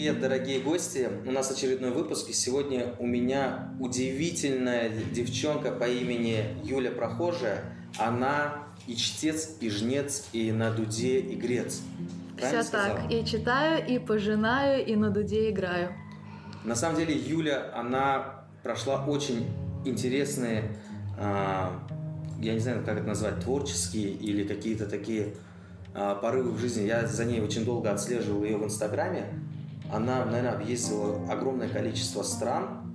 Привет, дорогие гости! У нас очередной выпуск, и сегодня у меня удивительная девчонка по имени Юля Прохожая. Она и чтец, и жнец, и на дуде игрец. Правильно все сказала? Так, и читаю, и пожинаю, и на дуде играю. На самом деле Юля, она прошла очень интересные, я не знаю, как это назвать, творческие или какие-то такие порывы в жизни. Я за ней очень долго отслеживал ее в Инстаграме. Она, наверное, объездила огромное количество стран.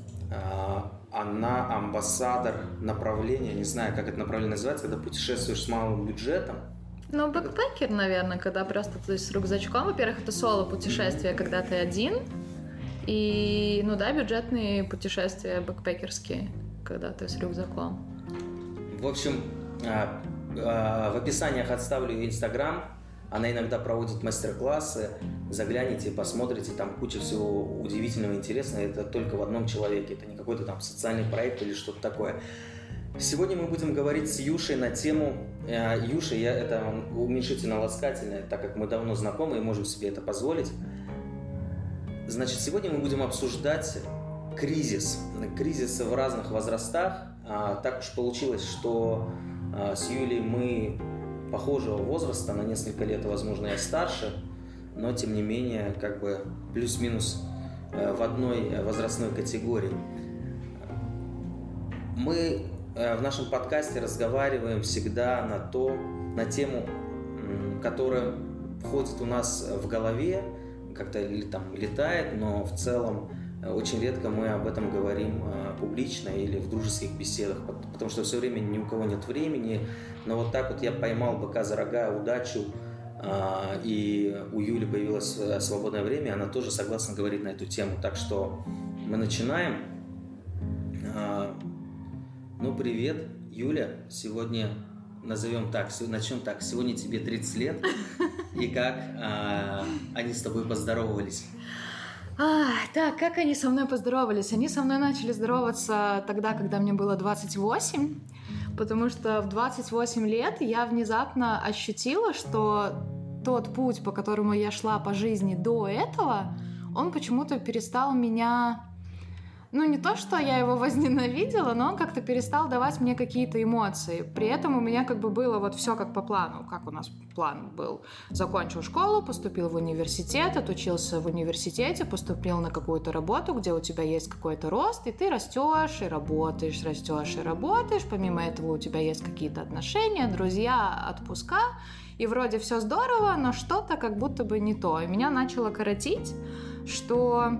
Она амбассадор направления, не знаю, как это направление называется, когда путешествуешь с малым бюджетом. Ну, бэкпекер, наверное, когда просто ты с рюкзачком. Во-первых, это соло-путешествие, когда ты один. И, ну да, бюджетные путешествия бэкпекерские, когда ты с рюкзаком. В общем, в описаниях отставлю ее Инстаграм. Она иногда проводит мастер-классы. Загляните, посмотрите, там куча всего удивительного, интересного. Это только в одном человеке. Это не какой-то там социальный проект или что-то такое. Сегодня мы будем говорить с Юшей на тему... Юша, это уменьшительно-ласкательное, так как мы давно знакомы и можем себе это позволить. Значит, сегодня мы будем обсуждать кризис. Кризис в разных возрастах. Так уж получилось, что с Юлей мы похожего возраста, на несколько лет, возможно, я старше, но, тем не менее, как бы плюс-минус в одной возрастной категории. Мы в нашем подкасте разговариваем всегда на тему, которая входит у нас в голове, как-то там летает, но в целом очень редко мы об этом говорим публично или в дружеских беседах, потому что все время ни у кого нет времени. Но вот так вот я поймал быка за рога, удачу, и у Юли появилось свободное время, она тоже согласна говорить на эту тему. Так что мы начинаем. Ну, привет, Юля. Сегодня начнем так. Сегодня тебе 30 лет. И как они с тобой поздоровались? Так, как они со мной поздоровались? Они со мной начали здороваться тогда, когда мне было 28, потому что в 28 лет я внезапно ощутила, что тот путь, по которому я шла по жизни до этого, он почему-то перестал меня... Ну, не то, что я его возненавидела, но он как-то перестал давать мне какие-то эмоции. При этом у меня как бы было вот все как по плану. Как у нас план был? Закончил школу, поступил в университет, отучился в университете, поступил на какую-то работу, где у тебя есть какой-то рост, и ты растешь и работаешь. Помимо этого у тебя есть какие-то отношения, друзья, отпуска. И вроде все здорово, но что-то как будто бы не то. И меня начало коротить, что...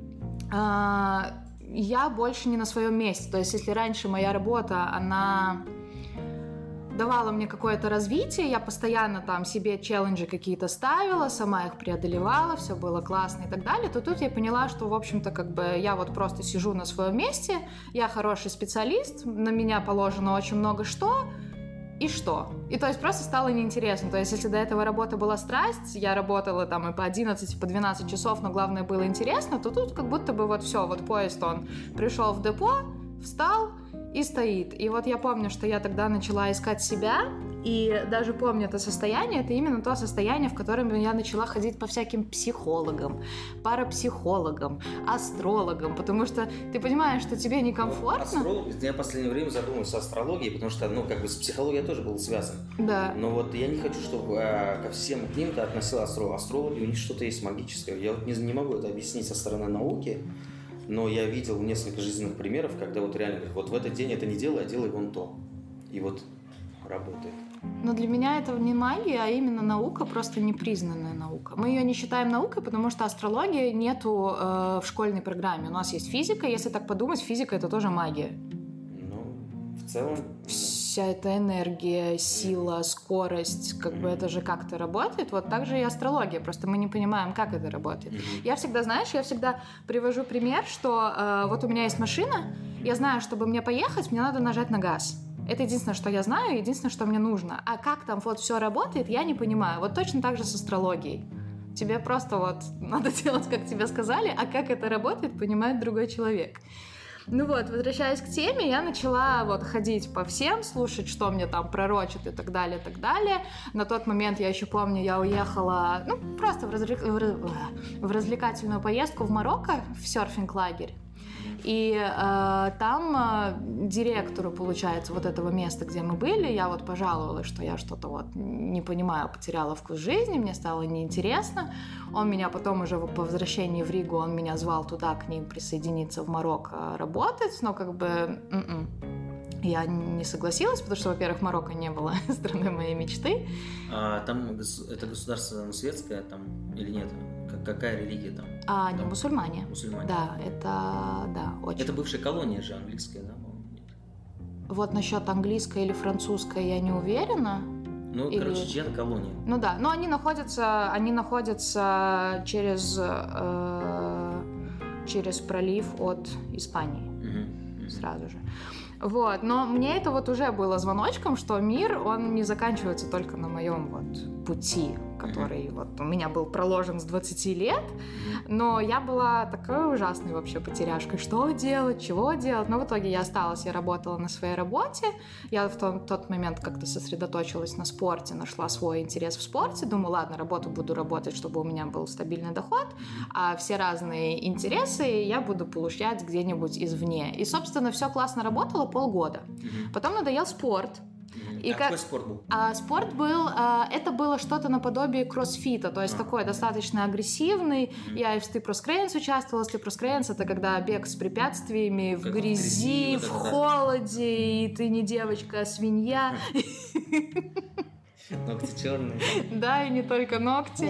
я больше не на своем месте. То есть, если раньше моя работа, она давала мне какое-то развитие, я постоянно там себе челленджи какие-то ставила, сама их преодолевала, все было классно и так далее, то тут я поняла, что, в общем-то, как бы я вот просто сижу на своем месте, я хороший специалист, на меня положено очень много что, и что? И то есть просто стало неинтересно. То есть если до этого работа была страсть, я работала там и по 11, и по 12 часов, но главное было интересно, то тут как будто бы вот все, вот поезд он пришел в депо, встал и стоит. И вот я помню, что я тогда начала искать себя, и даже помню это состояние, это именно то состояние, в котором я начала ходить по всяким психологам, парапсихологам, астрологам, потому что ты понимаешь, что тебе некомфортно. Я в последнее время задумываюсь о астрологии, потому что, ну, как бы с психологией я тоже был связан. Да. Но вот я не хочу, чтобы ко всем к ним-то относила астрологи, у них что-то есть магическое. Я вот не могу это объяснить со стороны науки, но я видел несколько жизненных примеров, когда вот реально говорят, вот в этот день это не делай, а делай вон то. И вот работает. Но для меня это не магия, а именно наука, просто непризнанная наука. Мы ее не считаем наукой, потому что астрологии нету в школьной программе. У нас есть физика, если так подумать, физика — это тоже магия. Ну, в целом... Вся эта энергия, сила, скорость, как бы это же как-то работает. Вот так же и астрология, просто мы не понимаем, как это работает. Я всегда привожу пример, что вот у меня есть машина, я знаю, чтобы мне поехать, мне надо нажать на газ. Это единственное, что я знаю, единственное, что мне нужно. А как там вот все работает, я не понимаю. Вот точно так же с астрологией. Тебе просто вот надо делать, как тебе сказали, а как это работает, понимает другой человек. Ну вот, возвращаясь к теме, я начала вот ходить по всем, слушать, что мне там пророчат и так далее, и так далее. На тот момент, я еще помню, я уехала, ну, просто в развлекательную поездку в Марокко, в серфинг-лагерь. И там директору, получается, вот этого места, где мы были, я вот пожаловалась, что я что-то вот не понимаю, потеряла вкус жизни, мне стало неинтересно. Он меня потом уже по возвращении в Ригу, он меня звал туда к ним присоединиться в Марокко работать, но как бы я не согласилась, потому что, во-первых, Марокко не было страной моей мечты. А там это государство светское там или нет? Какая религия там? Не мусульмане. Мусульмане. Да, это очень. Это бывшая колония же английская, да? Вот насчет английской или французской я не уверена. Ну, короче, чья-то колония. Ну да, но они находятся через пролив от Испании сразу же. Вот, но мне это вот уже было звоночком, что мир, он не заканчивается только на моем вот пути, который вот у меня был проложен с 20 лет, но я была такой ужасной вообще потеряшкой, что делать, чего делать, но в итоге я осталась, я работала на своей работе, я в тот момент как-то сосредоточилась на спорте, нашла свой интерес в спорте, думаю, ладно, работу буду работать, чтобы у меня был стабильный доход, а все разные интересы я буду получать где-нибудь извне. И, собственно, все классно работало полгода. Потом надоел спорт. И какой спорт был? Спорт был, это было что-то наподобие кроссфита, то есть такой достаточно агрессивный. Я и в стрип-кросс-крейнс участвовала. Стрип-кросс-крейнс — это когда бег с препятствиями в грязи, в холоде, и ты не девочка, а свинья. Ногти черные. Да, и не только ногти.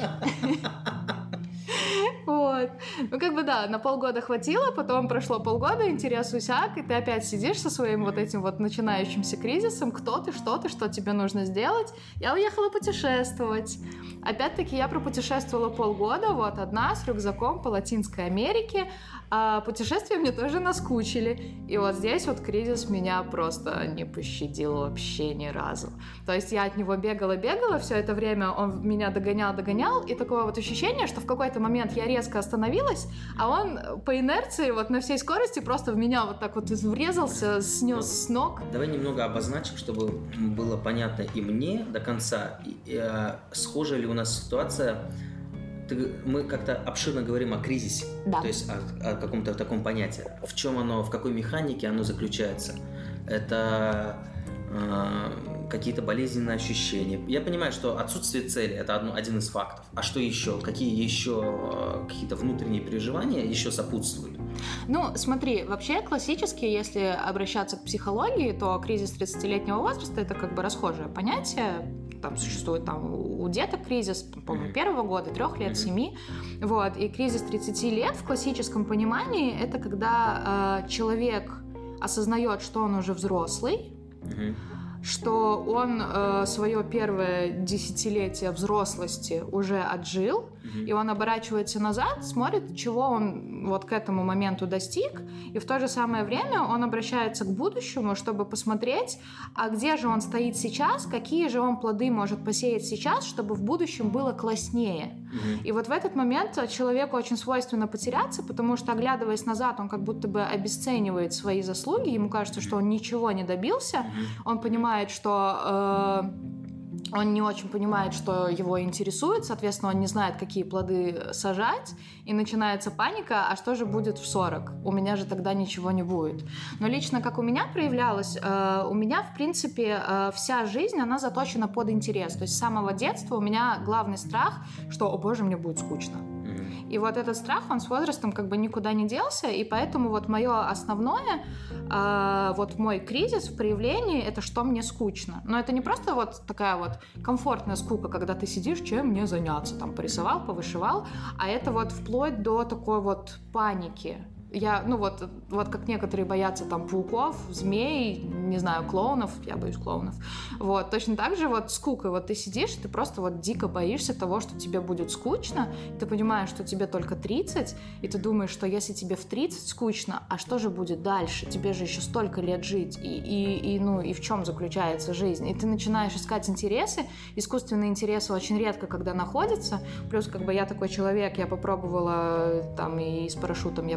Вот. Ну, как бы да, на полгода хватило, потом прошло полгода, интерес усяк, и ты опять сидишь со своим вот этим вот начинающимся кризисом, кто ты, что тебе нужно сделать. Я уехала путешествовать. Опять-таки, я пропутешествовала полгода, вот, одна, с рюкзаком по Латинской Америке, а путешествия мне тоже наскучили. И вот здесь вот кризис меня просто не пощадил вообще ни разу. То есть я от него бегала, все это время он меня догонял, и такое вот ощущение, что в какой-то момент я резко остановилась, а он по инерции вот на всей скорости просто в меня вот так вот врезался, снес с ног. Давай немного обозначим, чтобы было понятно и мне до конца, схожа ли у нас ситуация. Мы как-то обширно говорим о кризисе, да. То есть о каком-то таком понятии. В чем оно, в какой механике оно заключается? Это какие-то болезненные ощущения. Я понимаю, что отсутствие цели – это один из фактов. А что еще? Какие еще какие-то внутренние переживания еще сопутствуют? Ну, смотри, вообще классически, если обращаться к психологии, то кризис 30-летнего возраста – это как бы расхожее понятие. Там существует у деток кризис, по-моему, 1 года, 3 лет, 7. Вот. И кризис 30 лет в классическом понимании – это когда человек осознает, что он уже взрослый, что он свое первое десятилетие взрослости уже отжил, и он оборачивается назад, смотрит, чего он вот к этому моменту достиг, и в то же самое время он обращается к будущему, чтобы посмотреть, а где же он стоит сейчас, какие же он плоды может посеять сейчас, чтобы в будущем было класснее. И вот в этот момент человеку очень свойственно потеряться, потому что, оглядываясь назад, он как будто бы обесценивает свои заслуги, ему кажется, что он ничего не добился, он понимает, что он не очень понимает, что его интересует, соответственно, он не знает, какие плоды сажать, и начинается паника, а что же будет в 40? У меня же тогда ничего не будет. Но лично, как у меня проявлялось, у меня, в принципе, вся жизнь, она заточена под интерес. То есть с самого детства у меня главный страх, что, о боже, мне будет скучно. И вот этот страх, он с возрастом как бы никуда не делся, и поэтому вот мое основное, вот мой кризис в проявлении, это что мне скучно. Но это не просто вот такая вот комфортная скука, когда ты сидишь, чем мне заняться, там, порисовал, повышивал, а это вот вплоть до такой вот паники. Я, ну вот как некоторые боятся там пауков, змей, не знаю, клоунов, я боюсь клоунов. Вот, точно так же вот скука. Вот ты сидишь, ты просто вот дико боишься того, что тебе будет скучно, ты понимаешь, что тебе только 30, и ты думаешь, что если тебе в 30 скучно, а что же будет дальше? Тебе же еще столько лет жить, и в чем заключается жизнь? И ты начинаешь искать интересы, искусственные интересы очень редко когда находятся, плюс как бы я такой человек, я попробовала там и с парашютом я прыгала,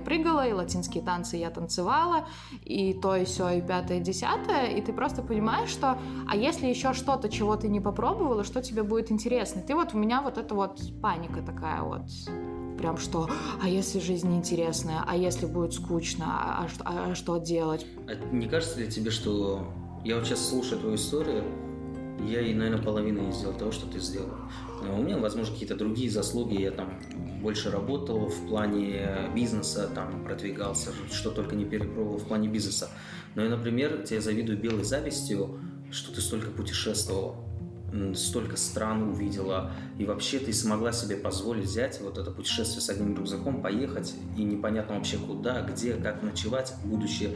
делала, и латинские танцы я танцевала, и то, и сё, и пятое, и десятое, и ты просто понимаешь, что, а если еще что-то, чего ты не попробовала, что тебе будет интересно? Ты вот, у меня вот эта вот паника такая вот, прям что, а если жизнь неинтересная, а если будет скучно, а что делать? А не кажется ли тебе, что я вот сейчас слушаю твою историю, я и, наверное, половину не сделал того, что ты сделал. У меня, возможно, какие-то другие заслуги, я там больше работал в плане бизнеса, там продвигался, что только не перепробовал в плане бизнеса. Но я, например, тебе завидую белой завистью, что ты столько путешествовал, столько стран увидела, и вообще ты смогла себе позволить взять вот это путешествие с одним рюкзаком, поехать, и непонятно вообще куда, где, как ночевать, будучи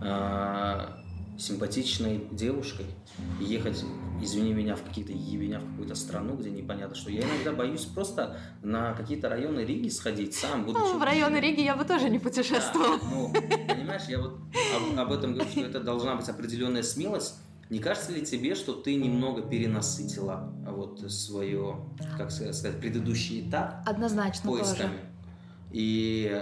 симпатичной девушкой, ехать, извини меня, в какую-то страну, где непонятно что. Я иногда боюсь просто на какие-то районы Риги сходить сам, будучи... в районы Риги я бы тоже не путешествовала. Да, ну, понимаешь, я вот об этом говорю, что это должна быть определенная смелость. Не кажется ли тебе, что ты немного перенасытила вот свое, как сказать, предыдущий этап Однозначно поисками? тоже. И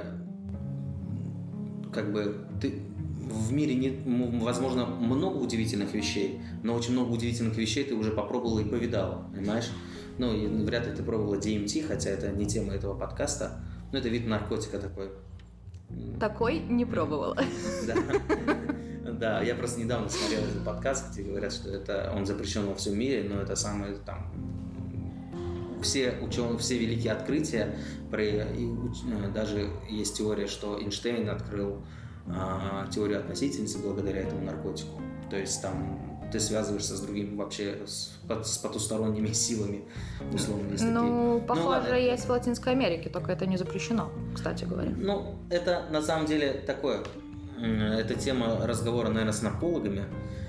как бы ты в мире нет, возможно, много удивительных вещей, но очень много удивительных вещей ты уже попробовала и повидала, понимаешь? Ну, и вряд ли ты пробовала DMT, хотя это не тема этого подкаста, но это вид наркотика такой. Такой не пробовала. Да. Да, я просто недавно смотрел этот подкаст, где говорят, что это он запрещен во всем мире, но это самое там все ученые, все великие открытия, даже есть теория, что Эйнштейн открыл теорию относительности благодаря этому наркотику. То есть там ты связываешься с другими вообще с потусторонними силами, условно, есть такие. Ну, похоже, есть в Латинской Америке, только это не запрещено, кстати говоря. Ну, это на самом деле такое. Это тема разговора, наверное, с наркологами.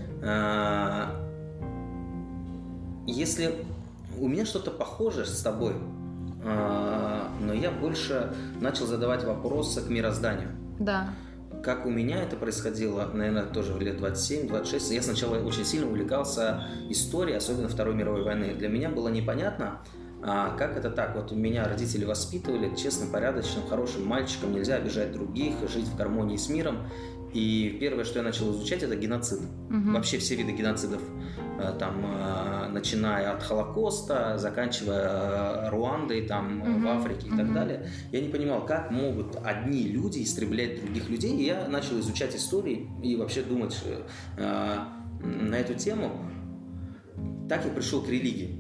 Если у меня что-то похоже с тобой, но я больше начал задавать вопросы к мирозданию. Да. Как у меня это происходило, наверное, тоже в лет 27-26. Я сначала очень сильно увлекался историей, особенно Второй мировой войны. Для меня было непонятно, как это так. Вот меня родители воспитывали честным, порядочным, хорошим мальчиком, нельзя обижать других, жить в гармонии с миром. И первое, что я начал изучать, это геноцид. Вообще все виды геноцидов, там, начиная от Холокоста, заканчивая Руандой, там, в Африке и так далее. Я не понимал, как могут одни люди истреблять других людей. И я начал изучать истории и вообще думать на эту тему. Так я пришел к религии.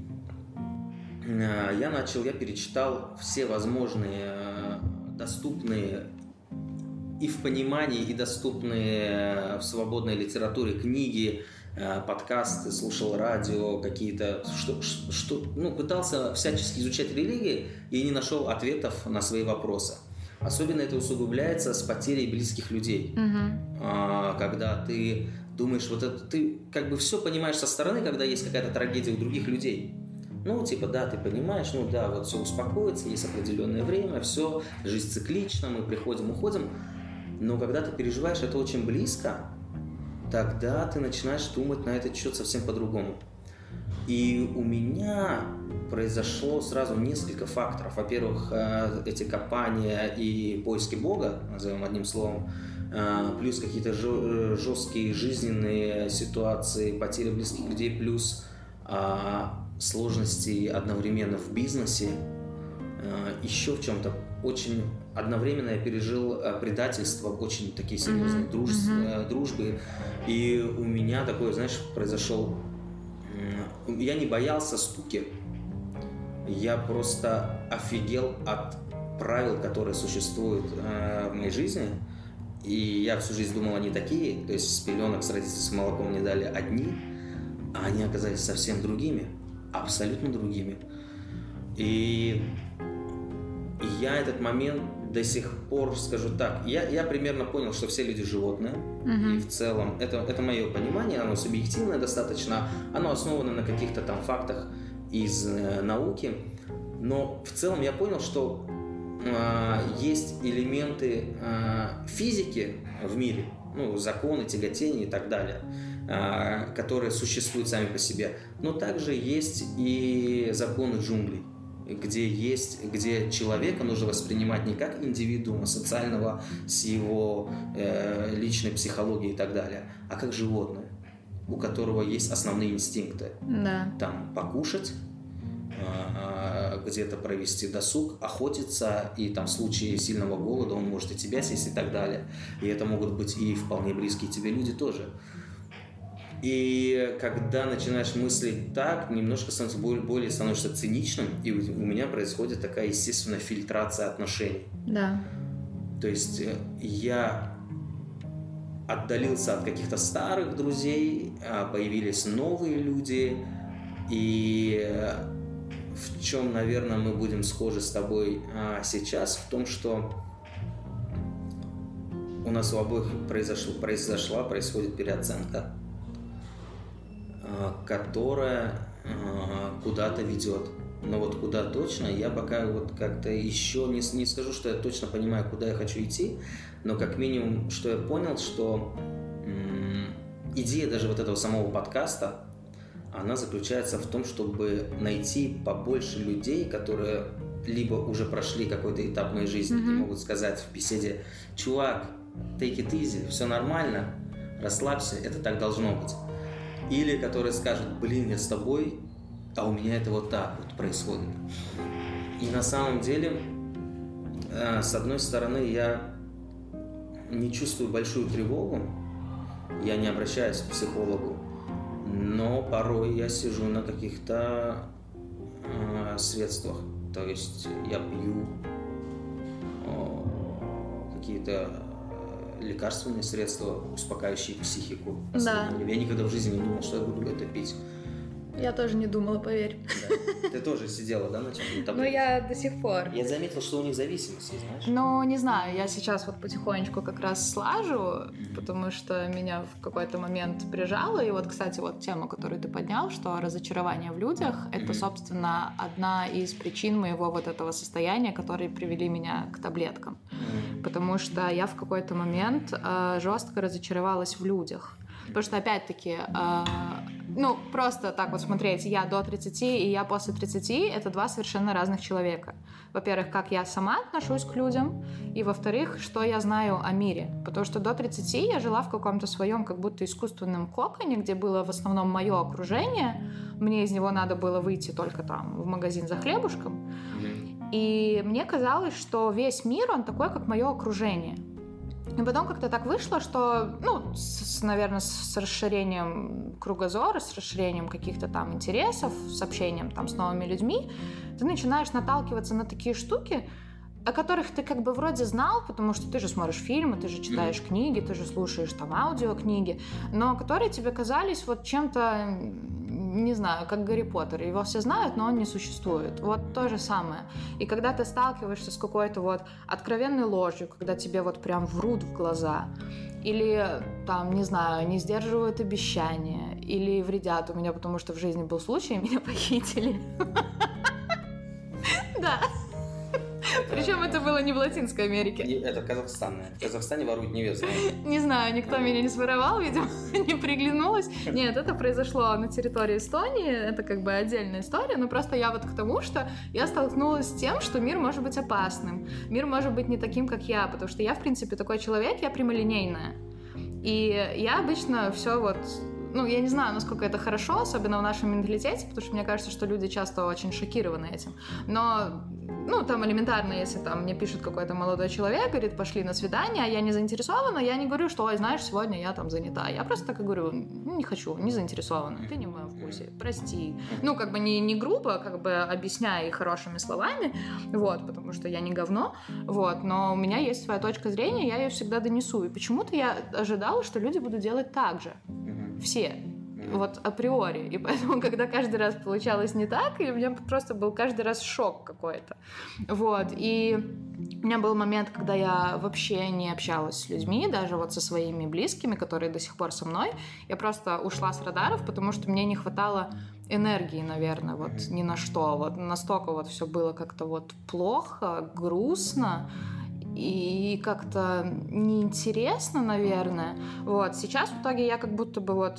Я перечитал все возможные доступные и в понимании, и доступные в свободной литературе книги, подкасты, слушал радио, какие-то, пытался всячески изучать религии и не нашел ответов на свои вопросы. Особенно это усугубляется с потерей близких людей. Когда ты думаешь, вот это, ты как бы все понимаешь со стороны, когда есть какая-то трагедия у других людей. Ну, типа, да, ты понимаешь, ну да, вот все успокоится, есть определенное время, все, жизнь циклична, мы приходим, уходим. Но когда ты переживаешь это очень близко, тогда ты начинаешь думать на этот счет совсем по-другому. И у меня произошло сразу несколько факторов. Во-первых, эти копания и поиски Бога, назовем одним словом, плюс какие-то жесткие жизненные ситуации, потери близких людей, плюс сложности одновременно в бизнесе, еще в чем-то. Очень одновременно я пережил предательство, очень такие серьезные дружбы. И у меня такое, знаешь, произошел... Я не боялся скуки. Я просто офигел от правил, которые существуют в моей жизни. И я всю жизнь думал, они такие. То есть с пеленок, с родительским молоком мне дали одни, а они оказались совсем другими. Абсолютно другими. И я этот момент до сих пор, скажу так, я примерно понял, что все люди животные. И в целом, это мое понимание, оно субъективное достаточно, оно основано на каких-то там фактах из науки. Но в целом я понял, что есть элементы физики в мире, ну, законы, тяготения и так далее, которые существуют сами по себе. Но также есть и законы джунглей. где человека нужно воспринимать не как индивидуума социального с его личной психологией и так далее, а как животное, у которого есть основные инстинкты. Да. Там покушать, где-то провести досуг, охотиться, и там в случае сильного голода он может и тебя съесть и так далее. И это могут быть и вполне близкие тебе люди тоже. И когда начинаешь мыслить так, немножко становишься более циничным, и у меня происходит такая естественная фильтрация отношений. Да. То есть я отдалился от каких-то старых друзей, появились новые люди, и в чем, наверное, мы будем схожи с тобой сейчас, в том, что у нас у обоих происходит переоценка, которая куда-то ведет. Но вот куда точно, я пока вот как-то еще не скажу, что я точно понимаю, куда я хочу идти, но как минимум, что я понял, что идея даже вот этого самого подкаста, она заключается в том, чтобы найти побольше людей, которые либо уже прошли какой-то этап моей жизни, и могут сказать в беседе: чувак, take it easy, все нормально, расслабься, это так должно быть. Или которые скажут: блин, я с тобой, а у меня это вот так вот происходит. И на самом деле, с одной стороны, я не чувствую большую тревогу, я не обращаюсь к психологу, но порой я сижу на каких-то средствах. То есть я пью какие-то лекарственные средства, успокаивающие психику. Да. Я никогда в жизни не думал, что я буду это пить. Я тоже не думала, поверь. Да. Ты тоже сидела, да, на чем-то? Ну, я до сих пор. Я заметил, что у них зависимость есть, знаешь? Ну, не знаю, я сейчас вот потихонечку как раз слажу, потому что меня в какой-то момент прижало. И вот, кстати, вот тема, которую ты поднял, что разочарование в людях, это, собственно, одна из причин моего вот этого состояния, которые привели меня к таблеткам. Потому что я в какой-то момент жестко разочаровалась в людях. Потому что, опять-таки, ну, просто так вот смотреть, я до 30 и я после 30 — это два совершенно разных человека. Во-первых, как я сама отношусь к людям, и, во-вторых, что я знаю о мире. Потому что до 30 я жила в каком-то своем как будто искусственном коконе, где было в основном мое окружение, мне из него надо было выйти только там в магазин за хлебушком, и мне казалось, что весь мир, он такой, как мое окружение. И потом как-то так вышло, что, ну, наверное, с расширением кругозора, с расширением каких-то там интересов, с общением там с новыми людьми, ты начинаешь наталкиваться на такие штуки, о которых ты как бы вроде знал, потому что ты же смотришь фильмы, ты же читаешь книги, ты же слушаешь там аудиокниги, но которые тебе казались вот чем-то, не знаю, как Гарри Поттер. Его все знают, но он не существует. Вот то же самое. И когда ты сталкиваешься с какой-то вот откровенной ложью, когда тебе вот прям врут в глаза, или там, не знаю, не сдерживают обещания, или вредят. У меня, потому что в жизни был случай, меня похитили. Да. Причем это было не в Латинской Америке. Это Казахстан. В Казахстане воруют невест. Не знаю, никто меня не своровал, видимо, не приглянулась. Нет, это произошло на территории Эстонии, это как бы отдельная история, но просто я вот к тому, что я столкнулась с тем, что мир может быть опасным, мир может быть не таким, как я, потому что я, в принципе, такой человек, я прямолинейная. И я обычно все вот... Ну, я не знаю, насколько это хорошо, особенно в нашем менталитете, потому что мне кажется, что люди часто очень шокированы этим. Но, ну, там элементарно, если там мне пишет какой-то молодой человек, говорит, пошли на свидание, а я не заинтересована, я не говорю, что, ой, знаешь, сегодня я там занята. Я просто так и говорю, не хочу, не заинтересована, ты не в моем вкусе, прости. Ну, как бы не грубо, как бы объясняя их хорошими словами, вот, потому что я не говно, вот, но у меня есть своя точка зрения, я ее всегда донесу. И почему-то я ожидала, что люди будут делать так же. Все. Вот априори. И поэтому, когда каждый раз получалось не так, и у меня просто был каждый раз шок какой-то. Вот. И у меня был момент, когда я вообще не общалась с людьми, даже вот со своими близкими, которые до сих пор со мной. Я просто ушла с радаров, потому что мне не хватало энергии, наверное, вот ни на что. Вот настолько вот все было как-то вот плохо, грустно и как-то неинтересно, наверное. Вот. Сейчас в итоге я как будто бы вот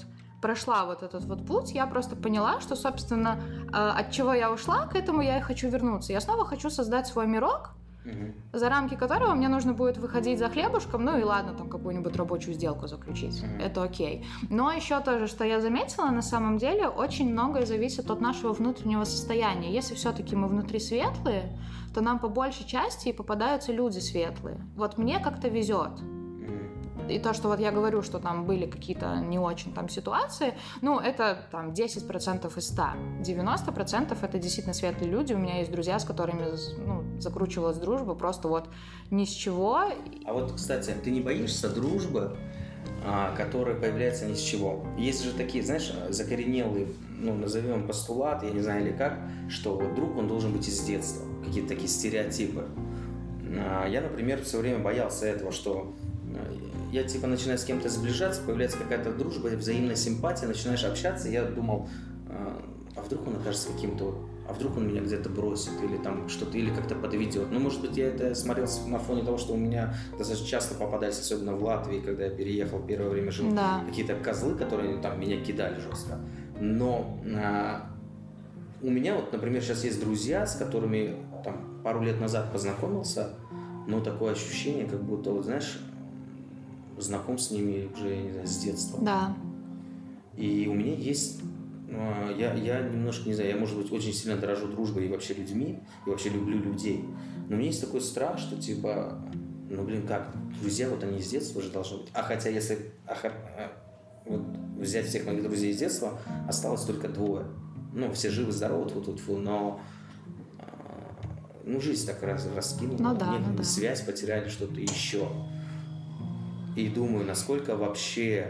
прошла вот этот вот путь, я просто поняла, что, собственно, от чего я ушла, к этому я и хочу вернуться. Я снова хочу создать свой мирок, за рамки которого мне нужно будет выходить за хлебушком, ну и ладно, там какую-нибудь рабочую сделку заключить, это окей. Но еще тоже, что я заметила, на самом деле, очень многое зависит от нашего внутреннего состояния. Если все-таки мы внутри светлые, то нам по большей части и попадаются люди светлые. Вот мне как-то везет. И то, что вот я говорю, что там были какие-то не очень там ситуации, ну, это там 10% из 100. 90% это действительно светлые люди. У меня есть друзья, с которыми, ну, закручивалась дружба просто вот ни с чего. А вот, кстати, ты не боишься дружбы, которая появляется ни с чего? Есть же такие, знаешь, закоренелые, ну, назовем постулат, я не знаю или как, что вот друг, он должен быть из детства. Какие-то такие стереотипы. Я, например, все время боялся этого, что я типа начинаю с кем-то сближаться, появляется какая-то дружба, взаимная симпатия, начинаешь общаться, и я думал, а вдруг он окажется каким-то, а вдруг он меня где-то бросит или там что-то, или как-то подведет. Ну, может быть, я это смотрел на фоне того, что у меня достаточно часто попадались, особенно в Латвии, когда я переехал, первое время жил, какие-то козлы, которые там меня кидали жестко. Но у меня вот, например, сейчас есть друзья, с которыми там пару лет назад познакомился, но такое ощущение, как будто, вот знаешь, знаком с ними уже, я не знаю, с детства. Да. И у меня есть... Я немножко, не знаю, я, может быть, очень сильно дорожу дружбой и вообще людьми, и вообще люблю людей. Но у меня есть такой страх, что типа... Ну, блин, как? Друзья, вот они из детства уже должны быть. А хотя, если вот взять всех моих друзей из детства, осталось только 2. Ну, все живы-здоровы, тьфу-тьфу-тьфу, но... Ну, жизнь так раскинула. Ну, да, связь потеряли, что-то еще. И думаю, насколько вообще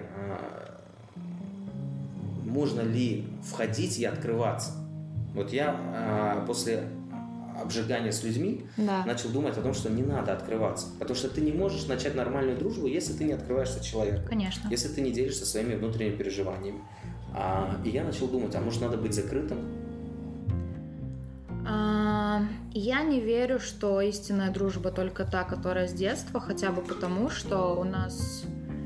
можно ли входить и открываться. Вот я после обжигания с людьми начал думать о том, что не надо открываться. Потому что ты не можешь начать нормальную дружбу, если ты не открываешься человеку. Конечно. Если ты не делишься своими внутренними переживаниями. И я начал думать, а может надо быть закрытым? Я не верю, что истинная дружба только та, которая с детства, хотя бы потому, что у нас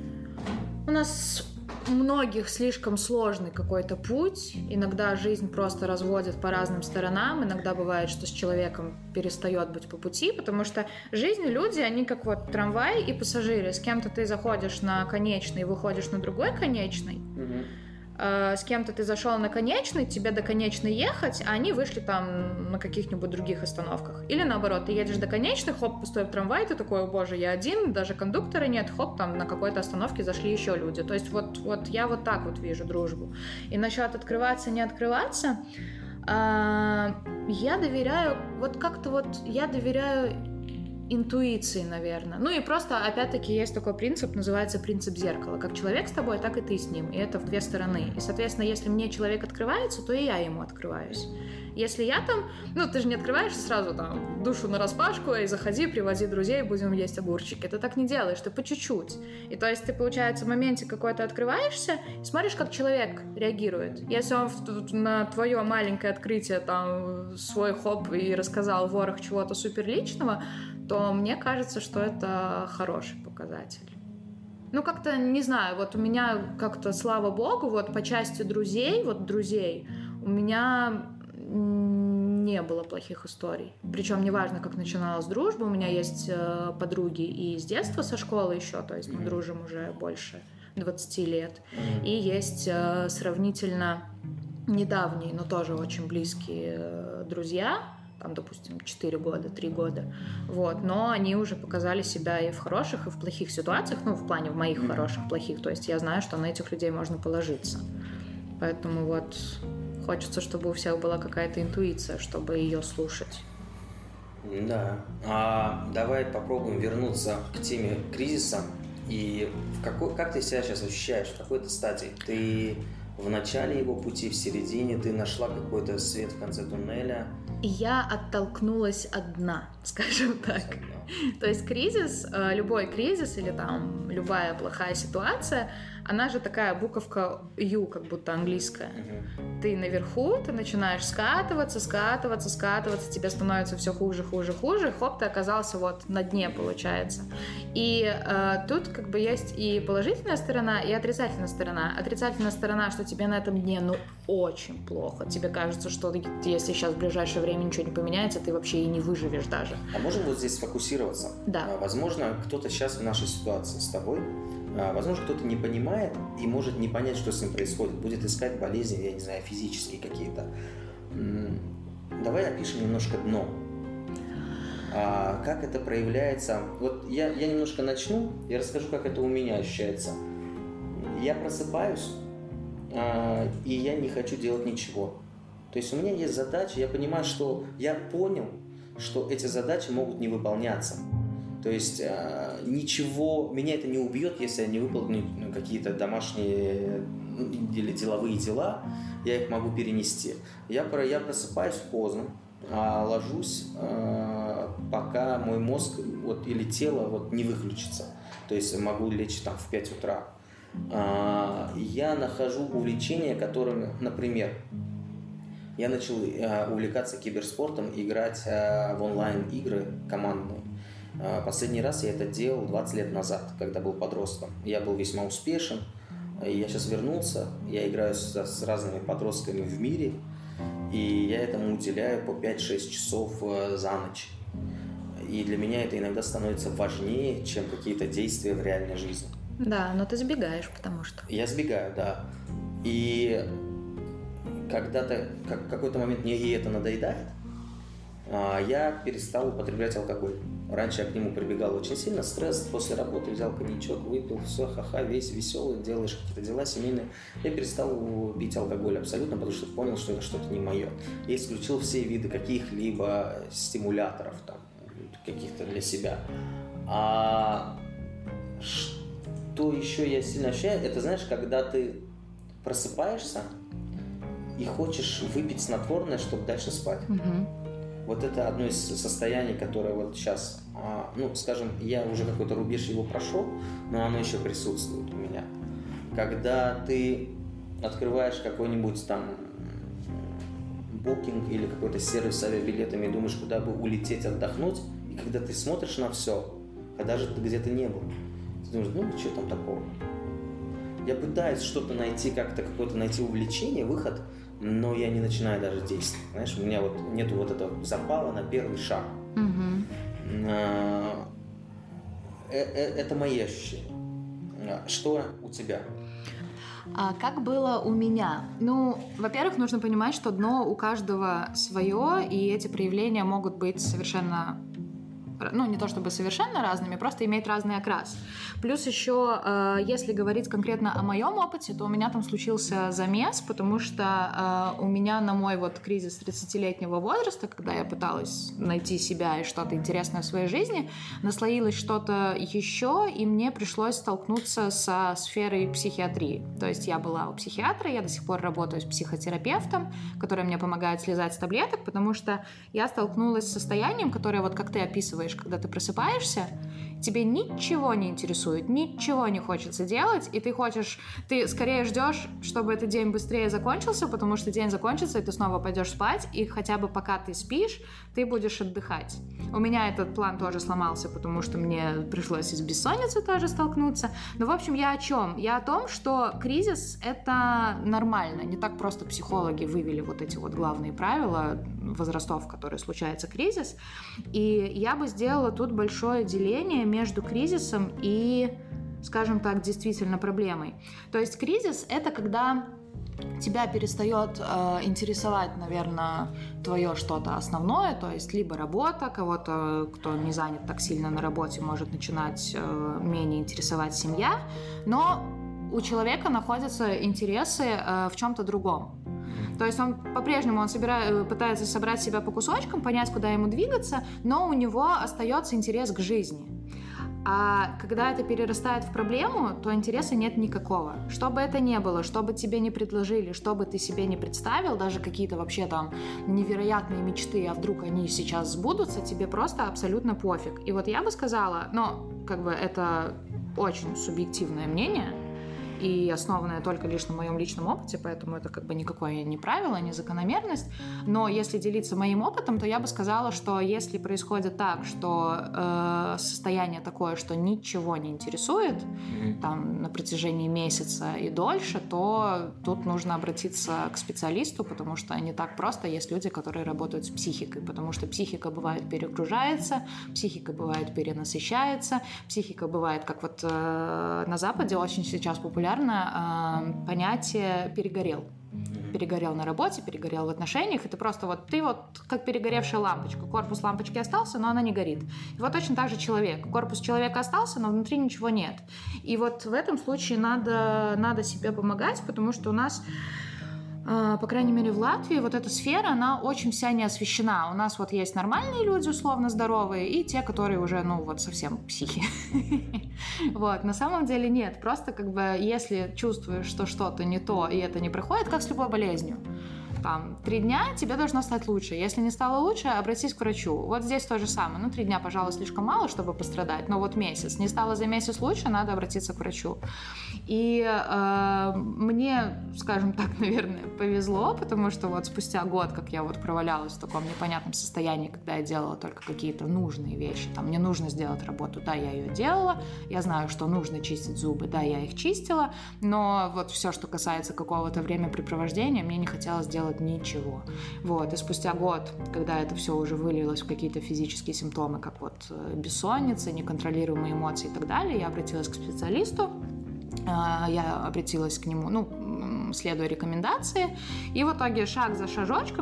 у многих слишком сложный какой-то путь. Иногда жизнь просто разводит по разным сторонам. Иногда бывает, что с человеком перестает быть по пути, потому что жизнь, люди, они как вот трамвай и пассажиры. С кем-то ты заходишь на конечный и выходишь на другой конечный. С кем-то ты зашел на конечный, тебе до конечной ехать, а они вышли там на каких-нибудь других остановках. Или наоборот, ты едешь до конечной, хоп, пустой трамвай, ты такой, о боже, я один, даже кондуктора нет, хоп, там на какой-то остановке зашли еще люди. То есть вот я вот так вот вижу дружбу. И насчет открываться, не открываться, я доверяю, вот как-то вот я доверяю интуиции, наверное. Ну и просто, опять-таки, есть такой принцип, называется принцип зеркала. Как человек с тобой, так и ты с ним. И это в 2 стороны. И, соответственно, если мне человек открывается, то и я ему открываюсь. Если я там, ну, ты же не открываешься сразу там душу нараспашку и заходи, привози друзей, будем есть огурчики. Ты так не делаешь, ты по чуть-чуть. И то есть ты, получается, в моменте какой-то открываешься и смотришь, как человек реагирует. Если он на твое маленькое открытие там свой хоп и рассказал ворох чего-то суперличного, то мне кажется, что это хороший показатель. Ну, как-то, не знаю, вот у меня как-то, слава богу, вот по части друзей, у меня не было плохих историй. Причем неважно, как начиналась дружба, у меня есть подруги и с детства, со школы еще, то есть мы дружим уже больше 20 лет. И есть сравнительно недавние, но тоже очень близкие друзья, там, допустим, 4 года, 3 года, вот, но они уже показали себя и в хороших, и в плохих ситуациях, ну, в плане в моих хороших, плохих, то есть я знаю, что на этих людей можно положиться, поэтому вот хочется, чтобы у всех была какая-то интуиция, чтобы ее слушать. Да, давай попробуем вернуться к теме кризиса, и как ты себя сейчас ощущаешь, в какой то стадии? Ты в начале его пути, в середине, ты нашла какой-то свет в конце туннеля? Я оттолкнулась от дна, скажем так. То есть кризис, любой кризис или там любая плохая ситуация, она же такая буковка U, как будто английская. Ты наверху, ты начинаешь скатываться, тебе становится все хуже, и хоп, ты оказался вот на дне, получается. И тут как бы есть и положительная сторона, и отрицательная сторона. Отрицательная сторона, что тебе на этом дне, очень плохо. Тебе кажется, что если сейчас в ближайшее время ничего не поменяется, ты вообще и не выживешь даже. А можем вот здесь сфокусироваться? Да. Возможно, кто-то сейчас в нашей ситуации с тобой, возможно, кто-то не понимает и может не понять, что с ним происходит, будет искать болезни, я не знаю, физические какие-то. Давай опишем немножко дно. Как это проявляется? Вот я немножко начну и расскажу, как это у меня ощущается. Я просыпаюсь, и я не хочу делать ничего. То есть у меня есть задачи, я понимаю, что я понял, что эти задачи могут не выполняться. То есть ничего, меня это не убьет, если я не выполню какие-то домашние или деловые дела, я их могу перенести. Я просыпаюсь поздно, ложусь, пока мой мозг или тело не выключится. То есть могу лечь там в 5 утра. Я нахожу увлечения, которыми, например, я начал увлекаться киберспортом, играть в онлайн-игры командные. Последний раз я это делал 20 лет назад, когда был подростком. Я был весьма успешен. Я сейчас вернулся, я играю с разными подростками в мире, и я этому уделяю по 5-6 часов за ночь. И для меня это иногда становится важнее, чем какие-то действия в реальной жизни. Да, но ты сбегаешь, потому что... Я сбегаю, да. И когда-то, в какой-то момент мне и это надоедает, я перестал употреблять алкоголь. Раньше я к нему прибегал очень сильно, стресс, после работы взял коньячок, выпил, все, ха-ха, весь веселый, делаешь какие-то дела семейные. Я перестал пить алкоголь абсолютно, потому что понял, что это что-то не мое. Я исключил все виды каких-либо стимуляторов, там, каких-то для себя. Что еще я сильно ощущаю, это, знаешь, когда ты просыпаешься и хочешь выпить снотворное, чтобы дальше спать. Вот это одно из состояний, которое вот сейчас, скажем, я уже какой-то рубеж его прошел, но оно еще присутствует у меня. Когда ты открываешь какой-нибудь там букинг или какой-то сервис с авиабилетами и думаешь, куда бы улететь, отдохнуть, и когда ты смотришь на все, когда же ты где-то не был, ты думаешь, что там такого? Я пытаюсь что-то найти, какое-то найти увлечение, выход, но я не начинаю даже действовать. Знаешь, у меня нету этого запала на первый шаг. Это мои ощущения. Что у тебя? Как было у меня? Во-первых, нужно понимать, что дно у каждого свое, и эти проявления могут быть совершенно... не то чтобы совершенно разными, просто иметь разный окрас. Плюс еще, если говорить конкретно о моем опыте, то у меня там случился замес, потому что у меня на мой кризис 30-летнего возраста, когда я пыталась найти себя и что-то интересное в своей жизни, наслоилось что-то еще, и мне пришлось столкнуться со сферой психиатрии. То есть я была у психиатра, я до сих пор работаю с психотерапевтом, который мне помогает слезать с таблеток, потому что я столкнулась с состоянием, которое, как ты описываешь, когда ты просыпаешься, тебе ничего не интересует, ничего не хочется делать, и ты скорее ждешь, чтобы этот день быстрее закончился, потому что день закончится, и ты снова пойдешь спать, и хотя бы пока ты спишь, ты будешь отдыхать. У меня этот план тоже сломался, потому что мне пришлось и с бессонницей тоже столкнуться. Но, в общем, я о чем? Я о том, что кризис — это нормально. Не так просто психологи вывели эти главные правила возрастов, в которые случается кризис. И я бы сделала тут большое деление между кризисом и, скажем так, действительно проблемой. То есть кризис — это когда тебя перестает интересовать, наверное, твое что-то основное, то есть либо работа, кого-то, кто не занят так сильно на работе, может начинать менее интересовать семья, но у человека находятся интересы в чем-то другом. То есть он по-прежнему пытается собрать себя по кусочкам, понять, куда ему двигаться, но у него остается интерес к жизни. А когда это перерастает в проблему, то интереса нет никакого. Что бы это ни было, что бы тебе не предложили, что бы ты себе не представил, даже какие-то вообще там невероятные мечты, а вдруг они сейчас сбудутся, тебе просто абсолютно пофиг. И я бы сказала, это очень субъективное мнение, и основанное только лишь на моем личном опыте, поэтому это как бы никакое не правило, не закономерность. Но если делиться моим опытом, то я бы сказала, что если происходит так, что состояние такое, что ничего не интересует там, на протяжении месяца и дольше, то тут нужно обратиться к специалисту, потому что не так просто. Есть люди, которые работают с психикой, потому что психика бывает перегружается, психика бывает перенасыщается, психика бывает, как вот на Западе очень сейчас популярно понятие «перегорел». Перегорел на работе, перегорел в отношениях, и ты просто вот, ты вот как перегоревшая лампочка. Корпус лампочки остался, но она не горит. И вот точно так же человек. Корпус человека остался, но внутри ничего нет. И вот в этом случае надо себе помогать, потому что у нас, по крайней мере, в Латвии вот эта сфера, она очень вся не освещена. У нас вот есть нормальные люди, условно здоровые, и те, которые уже, ну, вот совсем психи. Вот, на самом деле нет. Просто как бы, если чувствуешь, что что-то не то, и это не проходит, как с любой болезнью. Там, 3 дня тебе должно стать лучше. Если не стало лучше, обратись к врачу. Вот здесь то же самое. Ну, 3 дня, пожалуй, слишком мало, чтобы пострадать, но вот месяц. Не стало за месяц лучше, надо обратиться к врачу. И мне, скажем так, наверное, повезло, потому что вот спустя год, как я вот провалялась в таком непонятном состоянии, когда я делала только какие-то нужные вещи, там, мне нужно сделать работу, да, я ее делала, я знаю, что нужно чистить зубы, да, я их чистила, но вот все, что касается какого-то времяпрепровождения, мне не хотелось делать ничего. Вот. И спустя год, когда это все уже вылилось в какие-то физические симптомы, как вот бессонница, неконтролируемые эмоции и так далее, я обратилась к специалисту, я обратилась к нему, ну, следуя рекомендации, и в итоге шаг за шажочком,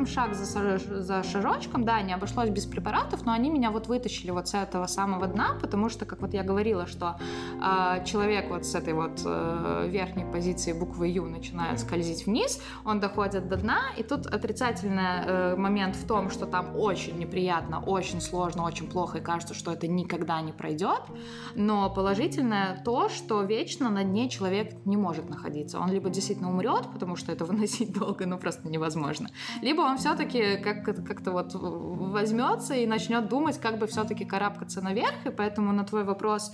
да, не обошлось без препаратов, но они меня вот вытащили вот с этого самого дна, потому что, как вот я говорила, что человек вот с этой вот верхней позиции буквы Ю начинает скользить вниз, он доходит до дна, и тут отрицательный момент в том, что там очень неприятно, очень сложно, очень плохо, и кажется, что это никогда не пройдет, но положительное то, что вечно на дне человек не может находиться. Он либо действительно умрет, потому что это выносить долго, ну, просто невозможно. Либо он все-таки как-то вот возьмется и начнет думать, как бы все-таки карабкаться наверх, и поэтому на твой вопрос,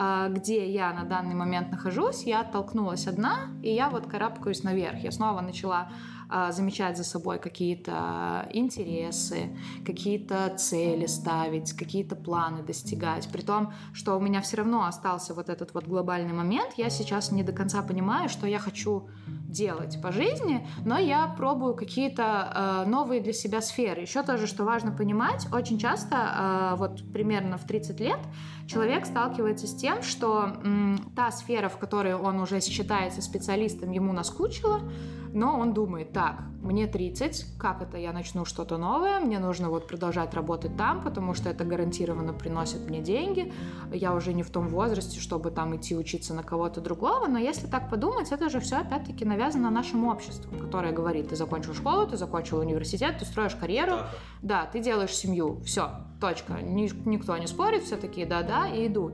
где я на данный момент нахожусь, я оттолкнулась от дна, и я вот карабкаюсь наверх. Я снова начала замечать за собой какие-то интересы, какие-то цели ставить, какие-то планы достигать. При том, что у меня все равно остался вот этот вот глобальный момент, я сейчас не до конца понимаю, что я хочу делать по жизни, но я пробую какие-то новые для себя сферы. Еще тоже, что важно понимать, очень часто, вот примерно в 30 лет, человек сталкивается с тем, что та сфера, в которой он уже считается специалистом, ему наскучила, но он думает, так, мне 30, как это я начну что-то новое, мне нужно вот продолжать работать там, потому что это гарантированно приносит мне деньги, я уже не в том возрасте, чтобы там идти учиться на кого-то другого, но если так подумать, это же все опять-таки навязано нашему обществу, которое говорит, ты закончил школу, ты закончил университет, ты строишь карьеру, да, ты делаешь семью, все, точка, никто не спорит, все такие да-да и идут,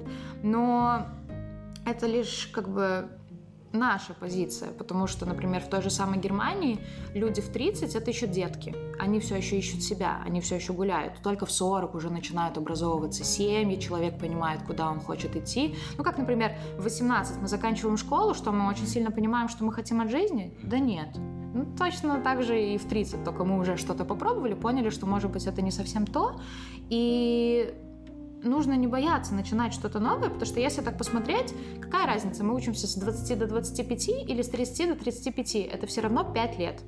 но это лишь как бы наша позиция, потому что, например, в той же самой Германии люди в 30 — это еще детки, они все еще ищут себя, они все еще гуляют, только в 40 уже начинают образовываться семьи, человек понимает, куда он хочет идти. Ну, как, например, в 18 мы заканчиваем школу, что мы очень сильно понимаем, что мы хотим от жизни? Да нет. Ну, точно так же и в 30, только мы уже что-то попробовали, поняли, что, может быть, это не совсем то, и нужно не бояться начинать что-то новое, потому что если так посмотреть, какая разница, мы учимся с 20 до 25 или с 30 до 35, это все равно 5 лет.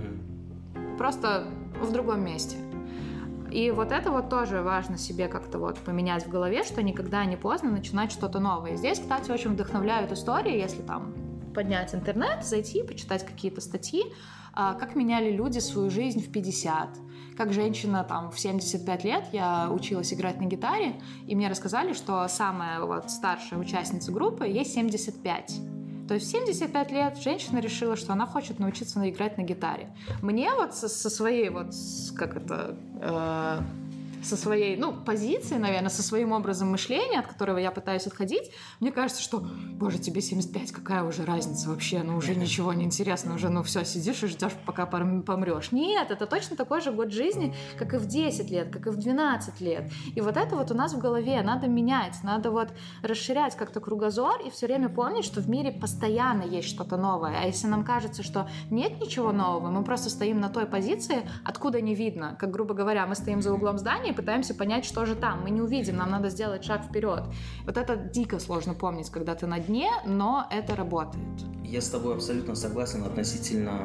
Просто в другом месте. И вот это вот тоже важно себе как-то вот поменять в голове, что никогда не поздно начинать что-то новое. Здесь, кстати, очень вдохновляют истории, если там поднять интернет, зайти, почитать какие-то статьи, как меняли люди свою жизнь в 50. Как женщина там в 75 лет я училась играть на гитаре, и мне рассказали, что самая вот старшая участница группы, ей 75. То есть в 75 лет женщина решила, что она хочет научиться играть на гитаре. Мне вот со своей вот, как это, со своей, позиции, наверное, со своим образом мышления, от которого я пытаюсь отходить, мне кажется, что, боже, тебе 75, какая уже разница вообще, уже ничего не интересно, уже, все, сидишь и ждешь, пока помрешь. Нет, это точно такой же год жизни, как и в 10 лет, как и в 12 лет. И вот это вот у нас в голове надо менять, надо вот расширять как-то кругозор и все время помнить, что в мире постоянно есть что-то новое. А если нам кажется, что нет ничего нового, мы просто стоим на той позиции, откуда не видно. Как, грубо говоря, мы стоим за углом здания и пытаемся понять, что же там. Мы не увидим, нам надо сделать шаг вперед. Вот это дико сложно помнить, когда ты на дне, но это работает. Я с тобой абсолютно согласен относительно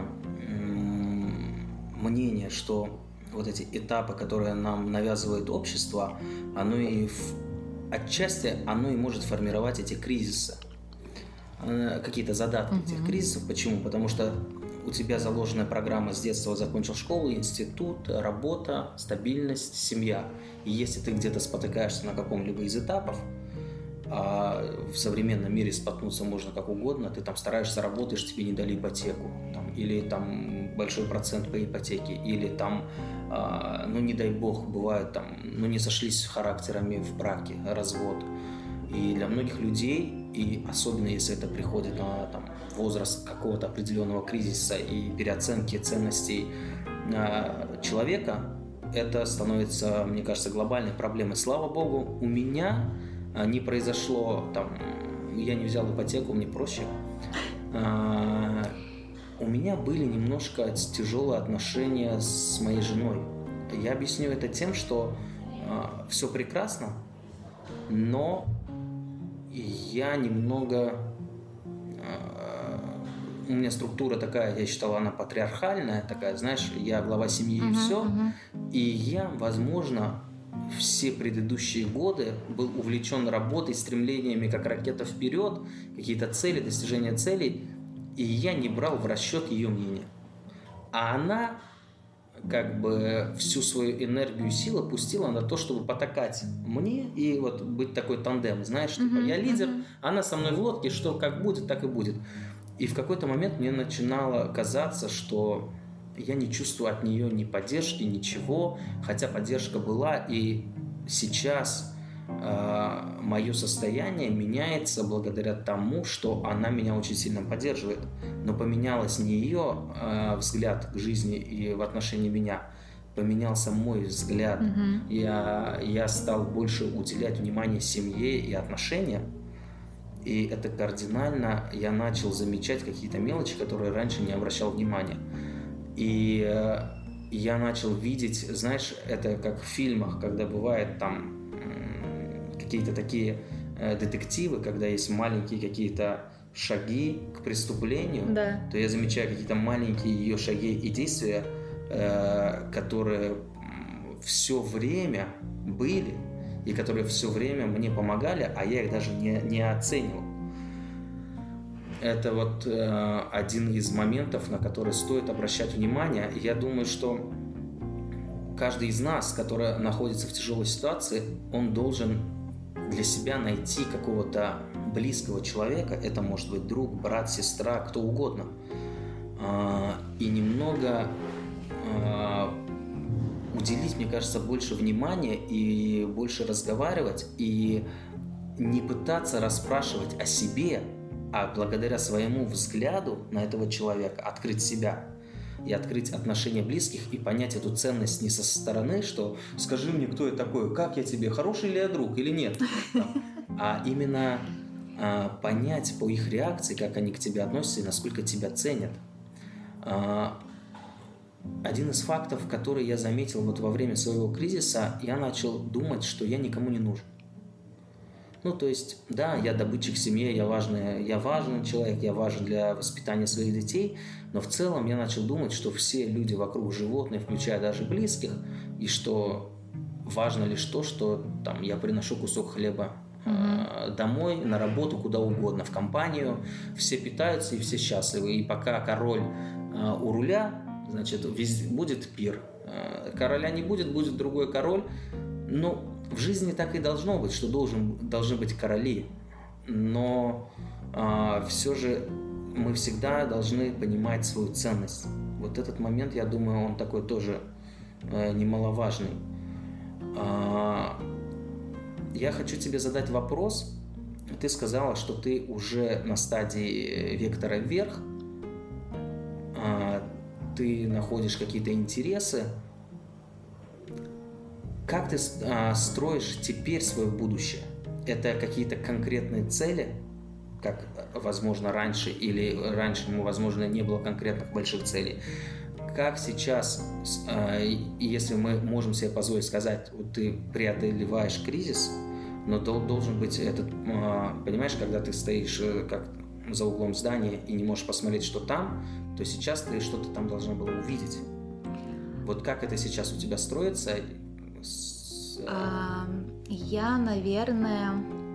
мнения, что вот эти этапы, которые нам навязывает общество, отчасти оно и может формировать эти кризисы, какие-то задатки этих кризисов. Почему? Потому что у тебя заложенная программа с детства: закончил школу, институт, работа, стабильность, семья. И если ты где-то спотыкаешься на каком-либо из этапов, а в современном мире споткнуться можно как угодно, ты там стараешься, работаешь, тебе не дали ипотеку, или там большой процент по ипотеке, или там, не дай бог, бывает не сошлись характерами в браке, развод. И для многих людей, и особенно если это приходит на возраст какого-то определенного кризиса и переоценки ценностей человека, это становится, мне кажется, глобальной проблемой. Слава богу, у меня не произошло, я не взял ипотеку, мне проще. У меня были немножко тяжелые отношения с моей женой. Я объясню это тем, что все прекрасно, но я немного... У меня структура такая, я считал, она патриархальная, такая, знаешь, я глава семьи и все. И я, возможно, все предыдущие годы был увлечен работой, стремлениями, как ракета вперед, какие-то цели, достижения целей, и я не брал в расчет ее мнение. А она всю свою энергию и силу пустила на то, чтобы потакать мне и вот быть такой тандем, знаешь, я лидер, она со мной в лодке, что как будет, так и будет. И в какой-то момент мне начинало казаться, что я не чувствую от нее ни поддержки, ничего, хотя поддержка была, и сейчас мое состояние меняется благодаря тому, что она меня очень сильно поддерживает. Но поменялось не ее взгляд к жизни и в отношении меня, поменялся мой взгляд. Я стал больше уделять внимание семье и отношениям. И это кардинально, я начал замечать какие-то мелочи, которые раньше не обращал внимания. И я начал видеть, знаешь, это как в фильмах, когда бывает какие-то такие детективы, когда есть маленькие какие-то шаги к преступлению, то я замечаю какие-то маленькие ее шаги и действия, которые все время были, и которые все время мне помогали, а я их даже не оценивал. Это вот один из моментов, на который стоит обращать внимание. Я думаю, что каждый из нас, который находится в тяжелой ситуации, он должен для себя найти какого-то близкого человека. Это может быть друг, брат, сестра, кто угодно. И немного уделить, мне кажется, больше внимания и больше разговаривать, и не пытаться расспрашивать о себе, а благодаря своему взгляду на этого человека открыть себя и открыть отношения близких и понять эту ценность не со стороны, что «скажи мне, кто я такой, как я тебе, хороший ли я друг или нет», а именно понять по их реакции, как они к тебе относятся и насколько тебя ценят. Один из фактов, который я заметил вот во время своего кризиса, я начал думать, что я никому не нужен. То есть, да, я добытчик в семье, я важный человек, я важен для воспитания своих детей, но в целом я начал думать, что все люди вокруг животные, включая даже близких, и что важно лишь то, что я приношу кусок хлеба домой, на работу, куда угодно, в компанию, все питаются и все счастливы. И пока король у руля, значит, будет пир. Короля не будет, будет другой король. В жизни так и должно быть, что должны быть короли. Но все же мы всегда должны понимать свою ценность. Вот этот момент, я думаю, он такой тоже немаловажный. Я хочу тебе задать вопрос. Ты сказала, что ты уже на стадии вектора вверх, ты находишь какие-то интересы. Как ты строишь теперь свое будущее? Это какие-то конкретные цели, как, возможно, раньше, или раньше, возможно, не было конкретных больших целей? Как сейчас, если мы можем себе позволить сказать, вот ты преодолеваешь кризис, но должен быть этот, понимаешь, когда ты стоишь как за углом здания и не можешь посмотреть, что там, то сейчас ты что-то там должна была увидеть. Вот как это сейчас у тебя строится? Я, наверное,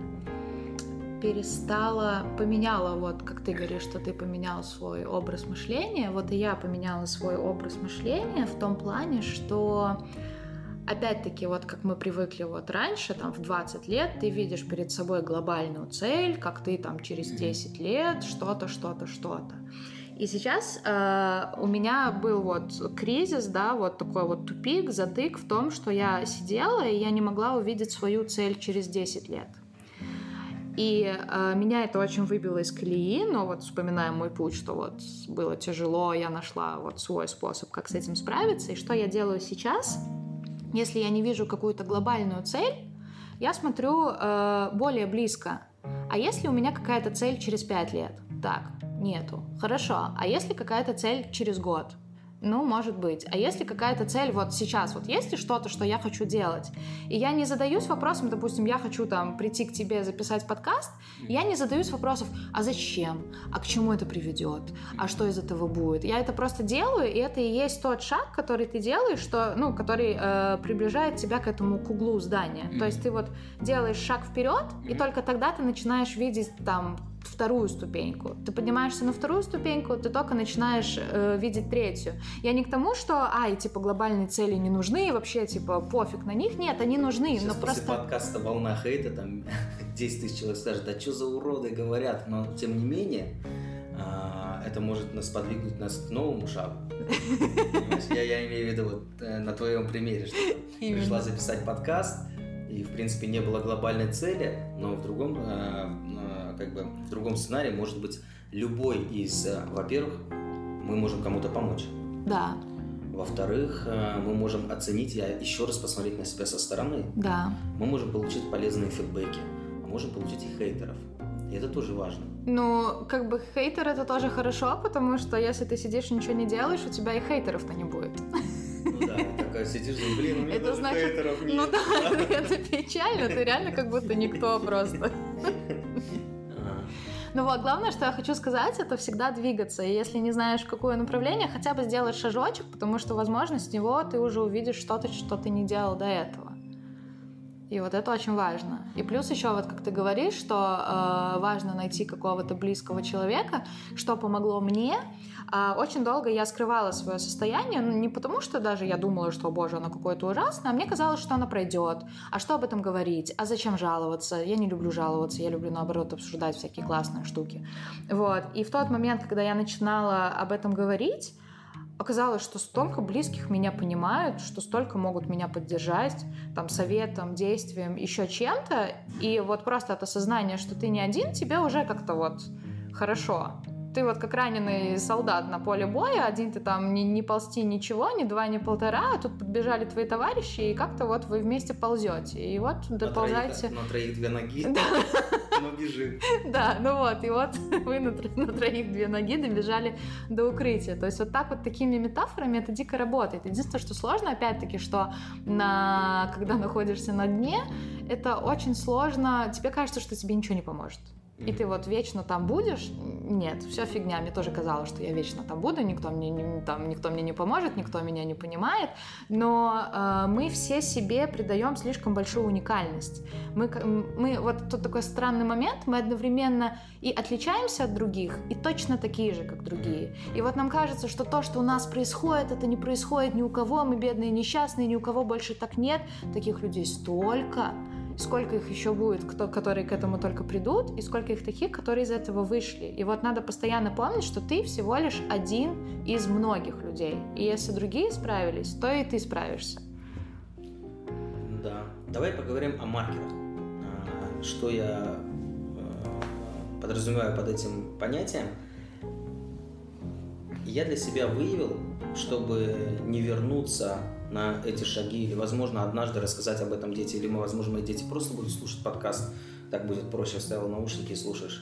поменяла, вот как ты говоришь, что ты поменял свой образ мышления, вот и я поменяла свой образ мышления в том плане, что опять-таки, вот как мы привыкли вот раньше, там в 20 лет ты видишь перед собой глобальную цель, как ты там через 10 лет что-то. И сейчас у меня был вот кризис, да, вот такой вот тупик, затык в том, что я сидела, и я не могла увидеть свою цель через 10 лет. И меня это очень выбило из колеи, но вот вспоминаем мой путь, что вот было тяжело, я нашла вот свой способ, как с этим справиться. И что я делаю сейчас? Если я не вижу какую-то глобальную цель, я смотрю более близко. А если у меня какая-то цель через 5 лет? Так, нету. Хорошо. А если какая-то цель через год? Ну, может быть. А если какая-то цель вот сейчас, вот есть ли что-то, что я хочу делать? И я не задаюсь вопросом, допустим, я хочу там прийти к тебе записать подкаст, я не задаюсь вопросом, а зачем? А к чему это приведет? А что из этого будет? Я это просто делаю, и это и есть тот шаг, который ты делаешь, что, ну, который приближает тебя к этому к углу здания. То есть ты вот делаешь шаг вперед, и только тогда ты начинаешь видеть там вторую ступеньку. Ты поднимаешься на вторую ступеньку, ты только начинаешь видеть третью. Я не к тому, что, типа, глобальные цели не нужны, вообще, типа, пофиг на них. Нет, они нужны. Сейчас но после просто... подкаста «Волна хейта», там 10 тысяч человек скажет, да что за уроды говорят, но тем не менее, это может нас подвигнуть к новому шагу. Я имею в виду вот на твоем примере, что ты пришла записать подкаст, и, в принципе, не было глобальной цели, но в другом сценарии может быть любой из, во-первых, мы можем кому-то помочь. Да. Во-вторых, мы можем оценить и еще раз посмотреть на себя со стороны. Да. Мы можем получить полезные фидбэки, а можем получить и хейтеров. И это тоже важно. Ну, как бы хейтер это тоже хорошо, потому что если ты сидишь и ничего не делаешь, у тебя и хейтеров-то не будет. Ну да, такая сидишь, блин, у меня это даже значит, хейтеров нет. Ну да, это печально, ты реально как будто никто просто. Ну вот, главное, что я хочу сказать, это всегда двигаться. И если не знаешь, в какое направление, хотя бы сделать шажочек, потому что, возможно, с него ты уже увидишь что-то, что ты не делал до этого. И вот это очень важно. И плюс еще, вот как ты говоришь, что важно найти какого-то близкого человека, что помогло мне. Очень долго я скрывала свое состояние, не потому что даже я думала, что, боже, оно какое-то ужасное, а мне казалось, что оно пройдет. А что об этом говорить? А зачем жаловаться? Я не люблю жаловаться, я люблю, наоборот, обсуждать всякие классные штуки. Вот. И в тот момент, когда я начинала об этом говорить, оказалось, что столько близких меня понимают, что столько могут меня поддержать, там, советом, действием, еще чем-то. И вот просто от осознания, что ты не один, тебе уже как-то вот хорошо. Ты вот как раненый солдат на поле боя, один ты там не ползти ничего, ни 2, ни 1,5, а тут подбежали твои товарищи, и как-то вот вы вместе ползете. И вот доползаете... На троих 2 ноги, но бежим. Да, ну вот, и вот вы на троих 2 ноги добежали до укрытия. То есть вот так вот такими метафорами это дико работает. Единственное, что сложно, опять-таки, что когда находишься на дне, это очень сложно, тебе кажется, что тебе ничего не поможет. И ты вот вечно там будешь? Нет, все фигня. Мне тоже казалось, что я вечно там буду, никто мне не поможет, никто меня не понимает. Но мы все себе придаем слишком большую уникальность. Мы вот тут такой странный момент, мы одновременно и отличаемся от других, и точно такие же, как другие. И вот нам кажется, что то, что у нас происходит, это не происходит ни у кого, мы бедные, несчастные, ни у кого больше так нет. Таких людей столько. Сколько их еще будет, которые к этому только придут, и сколько их таких, которые из этого вышли. И вот надо постоянно помнить, что ты всего лишь один из многих людей. И если другие справились, то и ты справишься. Да, Давай поговорим о маркерах. Что я подразумеваю под этим понятием? Я для себя выявил, чтобы не вернуться на эти шаги, или, возможно, однажды рассказать об этом детям, или, возможно, мои дети просто будут слушать подкаст, так будет проще, вставил наушники и слушаешь.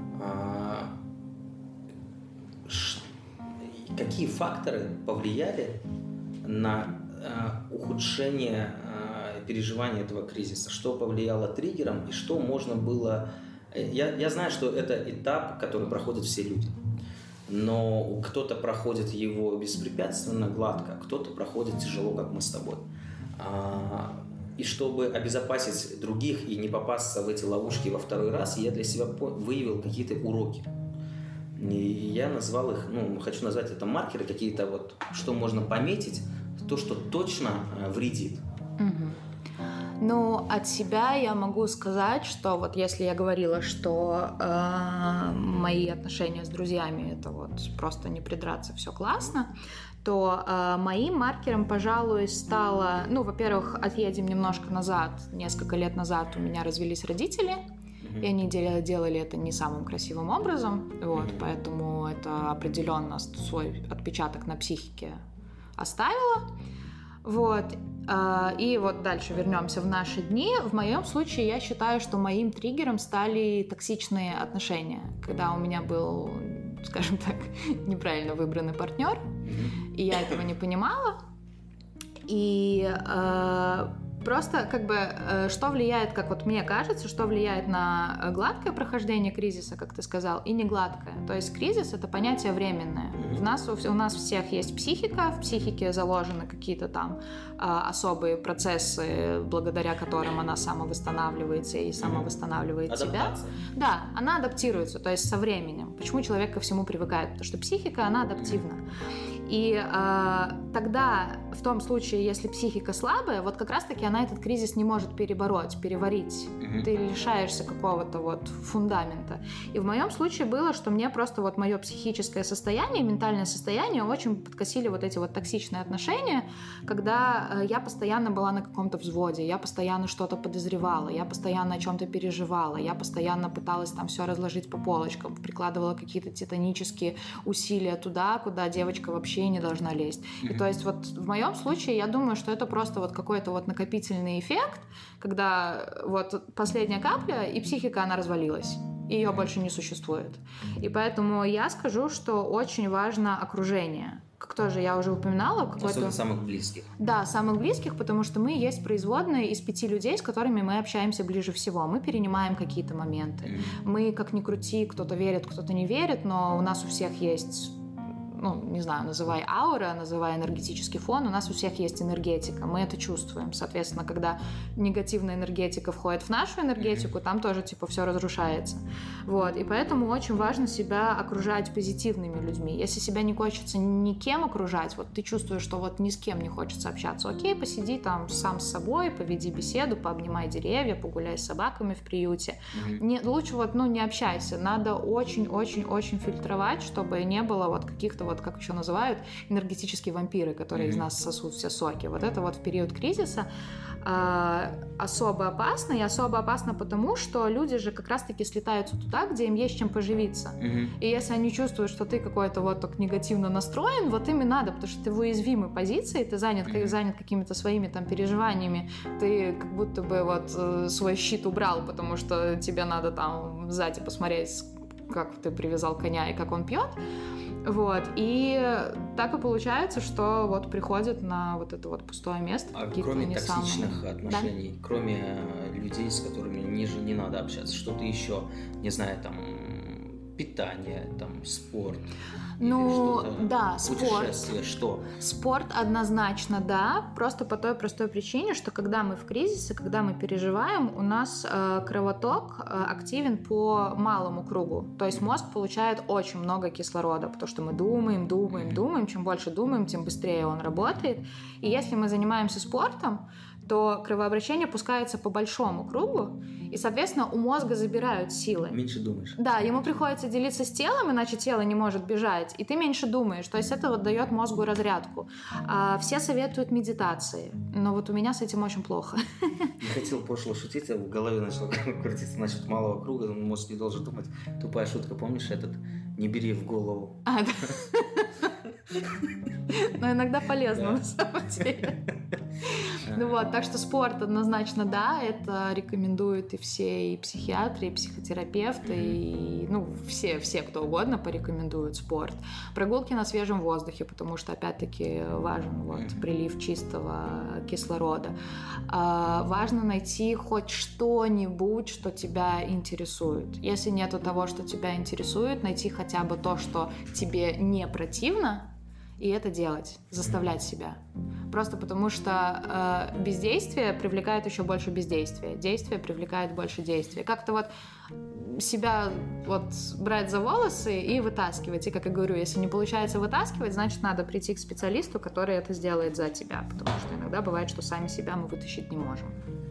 Какие факторы повлияли на ухудшение переживания этого кризиса? Что повлияло триггером и что можно было... Я знаю, что это этап, который проходят все люди. Но кто-то проходит его беспрепятственно, гладко, кто-то проходит тяжело, как мы с тобой. И чтобы обезопасить других и не попасться в эти ловушки во второй раз, я для себя выявил какие-то уроки. И я назвал их, хочу назвать это маркеры, какие-то вот, что можно пометить, то, что точно вредит. Ну, от себя я могу сказать, что вот если я говорила, что мои отношения с друзьями это вот просто не придраться, все классно, то моим маркером, пожалуй, стало, во-первых, отъедем немножко назад, несколько лет назад у меня развелись родители, и они делали это не самым красивым образом, вот, поэтому это определенно свой отпечаток на психике оставило. Вот. И вот дальше вернемся в наши дни. В моем случае я считаю, что моим триггером стали токсичные отношения, когда у меня был, скажем так, неправильно выбранный партнер, и я этого не понимала. И просто что влияет, как вот мне кажется, что влияет на гладкое прохождение кризиса, как ты сказал, и не гладкое. То есть кризис — это понятие временное. У нас всех есть психика, в психике заложены какие-то там особые процессы, благодаря которым она самовосстанавливается и самовосстанавливает себя. Да, она адаптируется, то есть со временем. Почему человек ко всему привыкает? Потому что психика, она адаптивна. И тогда, в том случае, если психика слабая, вот как раз-таки она этот кризис не может перебороть, переварить. Ты лишаешься какого-то вот фундамента. И в моем случае было, что мне просто вот мое психическое состояние, ментальное состояние очень подкосили вот эти вот токсичные отношения, когда я постоянно была на каком-то взводе, я постоянно что-то подозревала, я постоянно о чем-то переживала, я постоянно пыталась там все разложить по полочкам, прикладывала какие-то титанические усилия туда, куда девочка вообще не должна лезть. И то есть вот в моем случае я думаю, что это просто вот какой-то вот накопительный эффект, когда вот последняя капля, и психика, она развалилась. Ее больше не существует. И поэтому я скажу, что очень важно окружение. Как тоже я уже упоминала. Особенно самых близких. Да, самых близких, потому что мы есть производные из 5 людей, с которыми мы общаемся ближе всего. Мы перенимаем какие-то моменты. Мы, как ни крути, кто-то верит, кто-то не верит, но у нас у всех есть... не знаю, называй аура, называй энергетический фон, у нас у всех есть энергетика, мы это чувствуем. Соответственно, когда негативная энергетика входит в нашу энергетику, там тоже все разрушается. Вот. И поэтому очень важно себя окружать позитивными людьми. Если себя не хочется никем окружать, вот ты чувствуешь, что вот ни с кем не хочется общаться, окей, посиди там сам с собой, поведи беседу, пообнимай деревья, погуляй с собаками в приюте. Лучше не общайся, надо очень-очень-очень фильтровать, чтобы не было вот каких-то вот, как еще называют, энергетические вампиры, которые из нас сосут все соки. Вот это вот в период кризиса особо опасно, и особо опасно потому, что люди же как раз-таки слетаются туда, где им есть чем поживиться. И если они чувствуют, что ты какой-то вот так негативно настроен, вот им и надо, потому что ты в уязвимой позиции, ты занят какими-то своими там переживаниями, ты как будто бы вот свой щит убрал, потому что тебе надо там сзади посмотреть, как ты привязал коня и как он пьет. Вот, и так и получается, что вот приходят на вот это вот пустое место. Кроме токсичных отношений, да? Кроме людей, с которыми не надо общаться, что-то еще, не знаю, там, питание, там, спорт. Да, путешествие, что? Спорт однозначно, да, просто по той простой причине, что когда мы в кризисе, когда мы переживаем, у нас кровоток активен по малому кругу, то есть мозг получает очень много кислорода, потому что мы думаем, чем больше думаем, тем быстрее он работает, и если мы занимаемся спортом, то кровообращение пускается по большому кругу, и, соответственно, у мозга забирают силы. Меньше думаешь. Да, ему приходится делиться с телом, иначе тело не может бежать, и ты меньше думаешь. То есть это вот дает мозгу разрядку. Все советуют медитации, но вот у меня с этим очень плохо. Не хотел пошло шутить, а в голове начало крутиться насчет малого круга, мозг не должен думать. Тупая шутка, помнишь этот «не бери в голову»? Да. Но иногда полезно, на самом деле. Ну вот, так что спорт однозначно да, это рекомендуют и все, и психиатры, и психотерапевты, и все, кто угодно порекомендуют спорт. Прогулки на свежем воздухе, потому что, опять-таки, важен прилив чистого кислорода. Важно найти хоть что-нибудь, что тебя интересует. Если нету того, что тебя интересует, найти хотя бы то, что тебе не противно, и это делать, заставлять себя. Просто потому что бездействие привлекает еще больше бездействия. Действие привлекает больше действия. Как-то вот себя брать за волосы и вытаскивать. И, как я говорю, если не получается вытаскивать, значит, надо прийти к специалисту, который это сделает за тебя. Потому что иногда бывает, что сами себя мы вытащить не можем.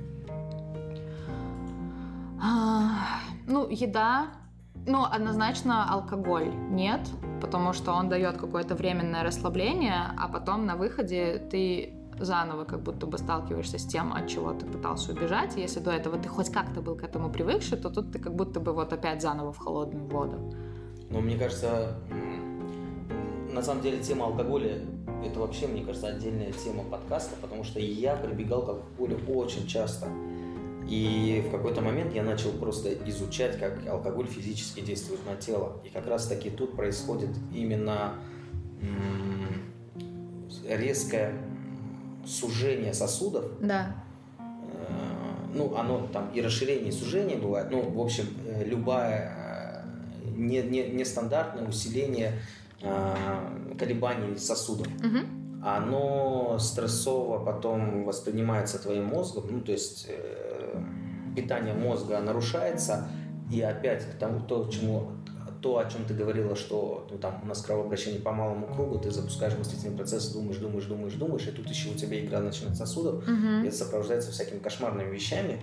Еда... однозначно алкоголь нет, потому что он дает какое-то временное расслабление, а потом на выходе ты заново как будто бы сталкиваешься с тем, от чего ты пытался убежать. И если до этого ты хоть как-то был к этому привыкший, то тут ты как будто бы опять заново в холодную воду. Мне кажется, на самом деле тема алкоголя – это вообще, мне кажется, отдельная тема подкаста, потому что я прибегал к алкоголю очень часто. И в какой-то момент я начал просто изучать, как алкоголь физически действует на тело. И как раз-таки тут происходит именно резкое сужение сосудов. Да. Оно там и расширение, и сужение бывает. В общем, любое нестандартное усиление колебаний сосудов. Угу. Оно стрессово потом воспринимается твоим мозгом, то есть питание мозга нарушается, и опять к тому, то, о чем ты говорила, что у нас кровообращение по малому кругу, ты запускаешь мыслительный процесс, думаешь, и тут еще у тебя игра начинает сосудов, и это сопровождается всякими кошмарными вещами.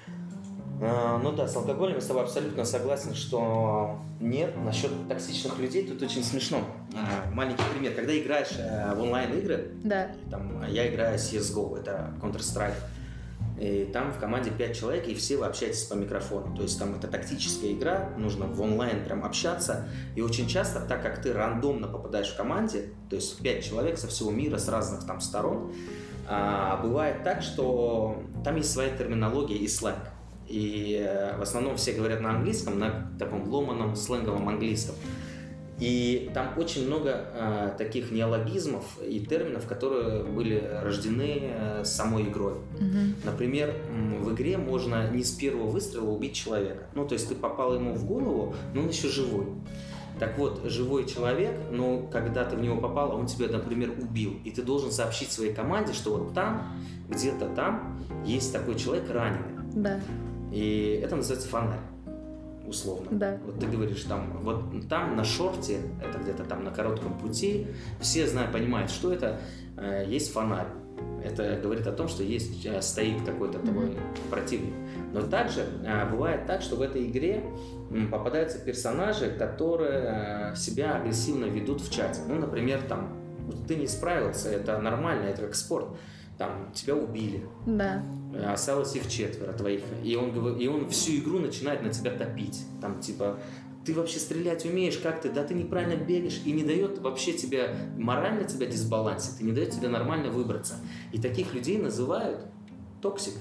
С алкоголем я с тобой абсолютно согласен, что нет. Насчет токсичных людей тут очень смешно. Маленький пример. Когда играешь в онлайн-игры, да. Я играю CSGO, это Counter-Strike, и там в команде 5 человек, и все вы общаетесь по микрофону. То есть там это тактическая игра, нужно в онлайн прям общаться. И очень часто, так как ты рандомно попадаешь в команде, то есть 5 человек со всего мира, с разных там сторон, бывает так, что там есть своя терминология и сленг. И в основном все говорят на английском, на таком ломаном сленговом английском. И там очень много таких неологизмов и терминов, которые были рождены самой игрой. Например, в игре можно не с первого выстрела убить человека. То есть ты попал ему в голову, но он еще живой. Так вот, живой человек, когда ты в него попал, он тебя, например, убил. И ты должен сообщить своей команде, что вот там, где-то там, есть такой человек раненый. Да. И это называется фонарь, условно. Да. Вот ты говоришь, там на шорте, это где-то там на коротком пути, все понимают, что это, есть фонарь. Это говорит о том, что стоит какой-то твой противник. Но также бывает так, что в этой игре попадаются персонажи, которые себя агрессивно ведут в чате. Например, ты не справился, это нормально, это как спорт. Тебя убили. Да. Осталось их 4 твоих. И он всю игру начинает на тебя топить. Ты вообще стрелять умеешь, как ты? Да ты неправильно бегаешь. И не дает вообще морально тебя дисбалансит, и не дает тебе нормально выбраться. И таких людей называют токсик.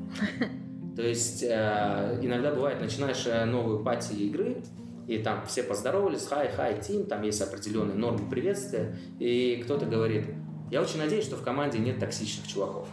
То есть иногда бывает, начинаешь новую пати игры, и там все поздоровались, хай, тим, там есть определенные нормы приветствия, и кто-то говорит: я очень надеюсь, что в команде нет токсичных чуваков.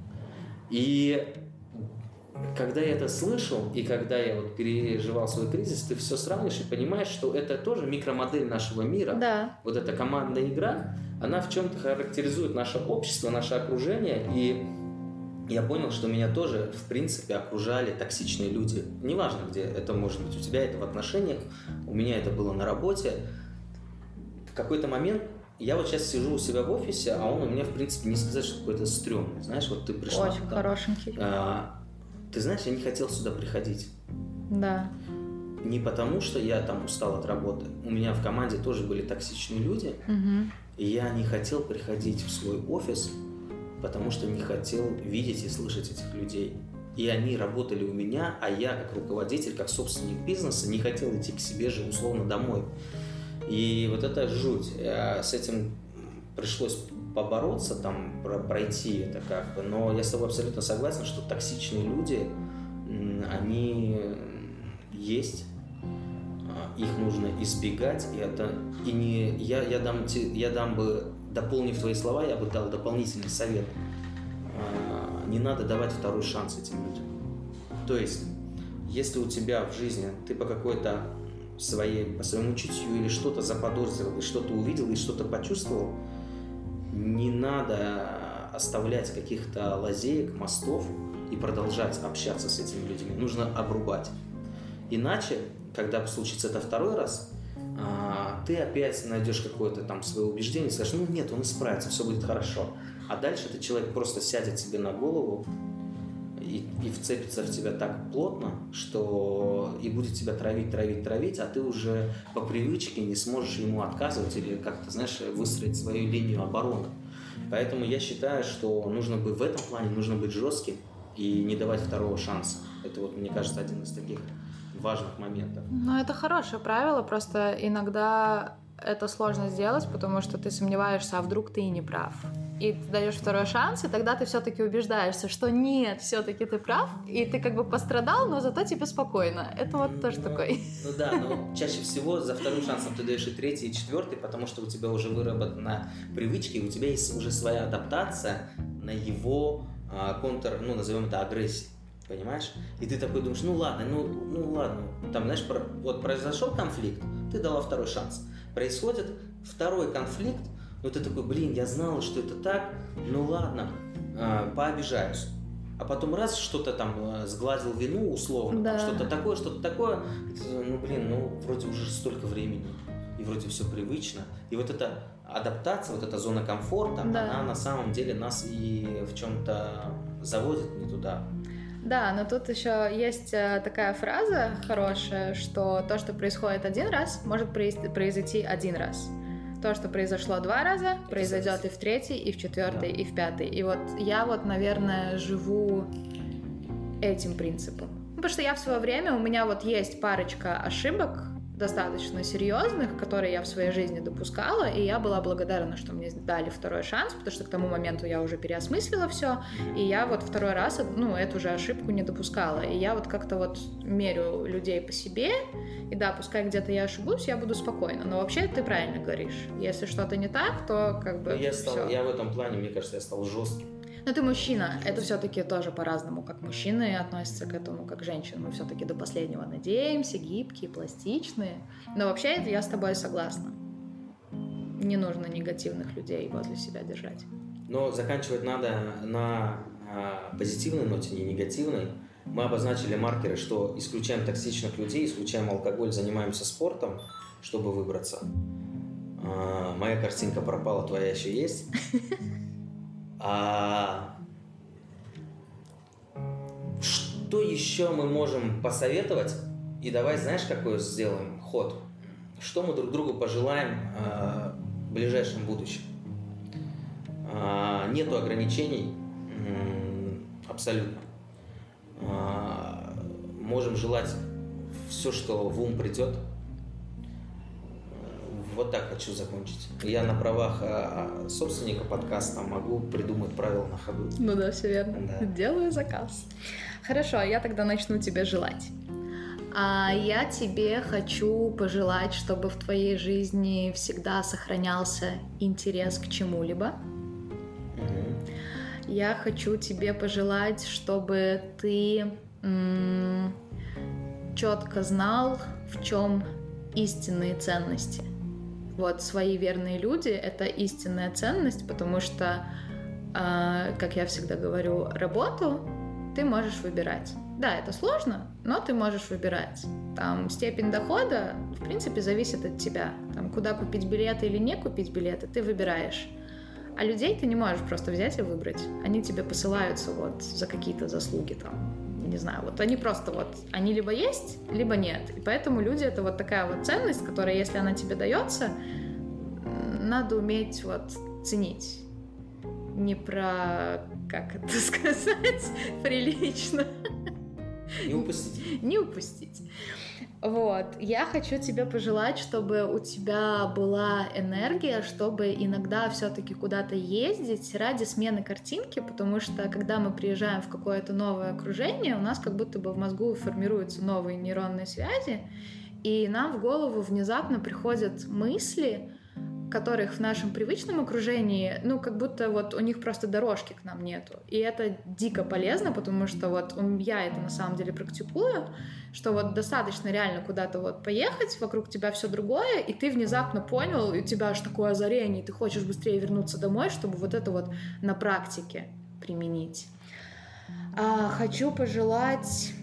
И когда я это слышал, и когда я переживал свой кризис, ты все сравнишь и понимаешь, что это тоже микромодель нашего мира. Да. Вот эта командная игра, она в чем-то характеризует наше общество, наше окружение. И я понял, что меня тоже, в принципе, окружали токсичные люди. Неважно, где это может быть. У тебя это в отношениях, у меня это было на работе. В какой-то момент я вот сейчас сижу у себя в офисе, а он у меня, в принципе, не сказать, что какой-то стрёмный. Знаешь, вот ты пришла... Очень хорошенький. Ты знаешь, я не хотел сюда приходить. Да. Не потому, что я там устал от работы. У меня в команде тоже были токсичные люди. И я не хотел приходить в свой офис, потому что не хотел видеть и слышать этих людей. И они работали у меня, а я, как руководитель, как собственник бизнеса, не хотел идти к себе же условно домой. И вот это жуть. С этим пришлось побороться, там, пройти это как бы. Но я с тобой абсолютно согласен, что токсичные люди, они есть. Их нужно избегать. И это, и не, я дам бы, дополнив твои слова, я бы дал дополнительный совет. Не надо давать второй шанс этим людям. То есть, если у тебя в жизни ты по какой-то по своему чутью или что-то заподозрил, и что-то увидел, и что-то почувствовал, не надо оставлять каких-то лазеек, мостов и продолжать общаться с этими людьми. Нужно обрубать. Иначе, когда случится это второй раз, ты опять найдешь какое-то там свое убеждение и скажешь, ну нет, он исправится, все будет хорошо. А дальше этот человек просто сядет тебе на голову и вцепится в тебя так плотно, что и будет тебя травить, а ты уже по привычке не сможешь ему отказывать или как-то, знаешь, выстроить свою линию обороны. Поэтому я считаю, что нужно быть в этом плане, нужно быть жестким и не давать второго шанса. Это вот, мне кажется, один из таких важных моментов. Ну, это хорошее правило, просто иногда это сложно сделать, потому что ты сомневаешься, а вдруг ты и не прав. И ты даешь второй шанс, и тогда ты все-таки убеждаешься, что нет, все-таки ты прав, и ты как бы пострадал, но зато тебе спокойно. Это вот тоже такой. Ну да, но чаще всего за вторым шансом ты даешь и третий, и четвертый, потому что у тебя уже выработана привычка, и у тебя есть уже своя адаптация на его назовем это агрессией. Понимаешь? И ты такой думаешь, ну ладно. Там, знаешь, вот произошел конфликт, ты дала второй шанс. Происходит второй конфликт, но ты такой, я знала, что это так, ну ладно, пообижаюсь. А потом раз что-то там сгладил вину условно, да. Что-то такое, вроде уже столько времени, и вроде все привычно. И вот эта адаптация, вот эта зона комфорта, да. Она на самом деле нас и в чем-то заводит не туда. Да, но тут еще есть такая фраза хорошая, что то, что происходит один раз, может произойти один раз. То, что произошло 2 раза, произойдет и в 3-й, и в 4-й, и в 5-й. И вот я наверное, живу этим принципом. Потому что я в свое время, у меня есть парочка ошибок, достаточно серьезных, которые я в своей жизни допускала, и я была благодарна, что мне дали второй шанс, потому что к тому моменту я уже переосмыслила все, и я второй раз, эту же ошибку не допускала. И я как-то мерю людей по себе, и да, пускай где-то я ошибусь, я буду спокойна. Но вообще ты правильно говоришь. Если что-то не так, то Я в этом плане, мне кажется, я стал жестким. Но ты мужчина, это все-таки тоже по-разному, как мужчины относятся к этому, как женщины. Мы все-таки до последнего надеемся, гибкие, пластичные. Но вообще это я с тобой согласна. Не нужно негативных людей возле себя держать. Но заканчивать надо на позитивной ноте, не негативной. Мы обозначили маркеры, что исключаем токсичных людей, исключаем алкоголь, занимаемся спортом, чтобы выбраться. Моя картинка пропала, твоя еще есть. Что еще мы можем посоветовать? И давай, знаешь, какой сделаем ход? Что мы друг другу пожелаем в ближайшем будущем? Нету ограничений абсолютно. Можем желать все, что в ум придет. Вот так хочу закончить. Я на правах собственника подкаста могу придумать правила на ходу. Ну да, все верно. Да. Делаю заказ. Хорошо, я тогда начну тебе желать. Я тебе хочу пожелать, чтобы в твоей жизни всегда сохранялся интерес к чему-либо. Я хочу тебе пожелать, чтобы ты четко знал, в чем истинные ценности. Свои верные люди — это истинная ценность, потому что, как я всегда говорю, работу ты можешь выбирать. Да, это сложно, но ты можешь выбирать. Там степень дохода, в принципе, зависит от тебя. Там, куда купить билеты или не купить билеты, ты выбираешь. А людей ты не можешь просто взять и выбрать. Они тебе посылаются вот за какие-то заслуги там. Не знаю, вот они просто вот, они либо есть, либо нет. И поэтому люди — это вот такая вот ценность, которая, если она тебе дается, надо уметь вот ценить. Не про, как это сказать, прилично. Не упустить. Не упустить. Вот. Я хочу тебе пожелать, чтобы у тебя была энергия, чтобы иногда все-таки куда-то ездить ради смены картинки, потому что когда мы приезжаем в какое-то новое окружение, у нас как будто бы в мозгу формируются новые нейронные связи, и нам в голову внезапно приходят мысли, которых в нашем привычном окружении, ну, как будто вот у них просто дорожки к нам нету. И это дико полезно, потому что вот я это на самом деле практикую, что вот достаточно реально куда-то вот поехать, вокруг тебя все другое, и ты внезапно понял, и у тебя аж такое озарение, и ты хочешь быстрее вернуться домой, чтобы вот это вот на практике применить. Хочу пожелать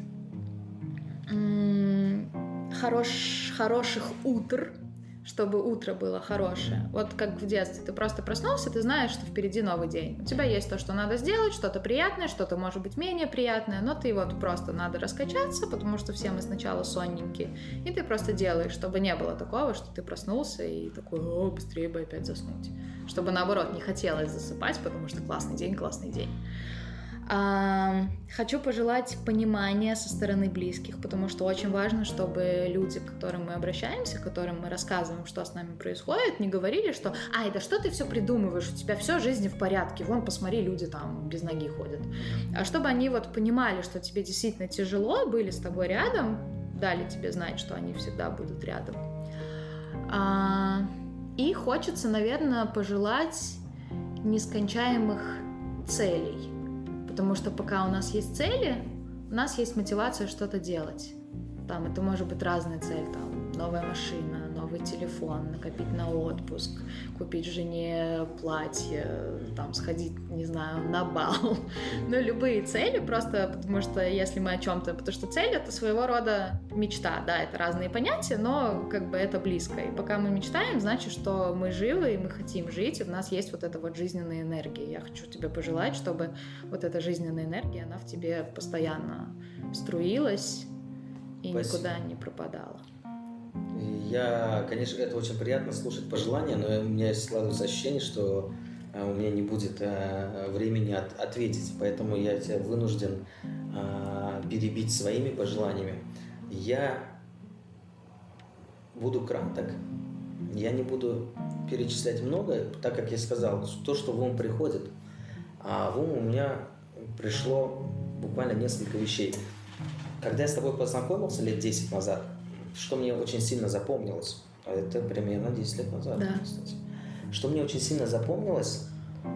хороших утр, чтобы утро было хорошее. Вот как в детстве. Ты просто проснулся, ты знаешь, что впереди новый день. У тебя есть то, что надо сделать, что-то приятное, что-то может быть менее приятное, но ты вот просто надо раскачаться, потому что все мы сначала сонненькие. И ты просто делаешь, чтобы не было такого, что ты проснулся и такой, быстрее бы опять заснуть. Чтобы наоборот не хотелось засыпать, потому что классный день, классный день. Хочу пожелать понимания со стороны близких, потому что очень важно, чтобы люди, к которым мы обращаемся, которым мы рассказываем, что с нами происходит, не говорили, что «Ай, да что ты все придумываешь, у тебя все в жизни в порядке, вон, посмотри, люди там без ноги ходят». А чтобы они вот понимали, что тебе действительно тяжело, были с тобой рядом, дали тебе знать, что они всегда будут рядом. И хочется, наверное, пожелать нескончаемых целей. Потому что пока у нас есть цели, у нас есть мотивация что-то делать. Там это может быть разная цель, там новая машина, новый телефон, накопить на отпуск, купить жене платье, там сходить, не знаю, на бал. Ну, любые цели, просто потому что если мы о чем-то... Потому что цель — это своего рода мечта, да, это разные понятия, но как бы это близко. И пока мы мечтаем, значит, что мы живы, и мы хотим жить, и в нас есть вот эта вот жизненная энергия. Я хочу тебе пожелать, чтобы вот эта жизненная энергия, она в тебе постоянно струилась и Спасибо. Никуда не пропадала. Я, конечно, это очень приятно слушать пожелания, но у меня складывается ощущение, что у меня не будет времени ответить, поэтому я тебя вынужден перебить своими пожеланиями. Я буду краток, я не буду перечислять много, так как я сказал, то, что в ум приходит, а в ум у меня пришло буквально несколько вещей. Когда я с тобой познакомился лет 10 назад, что мне очень сильно запомнилось, это примерно 10 лет назад, да. Кстати, что мне очень сильно запомнилось,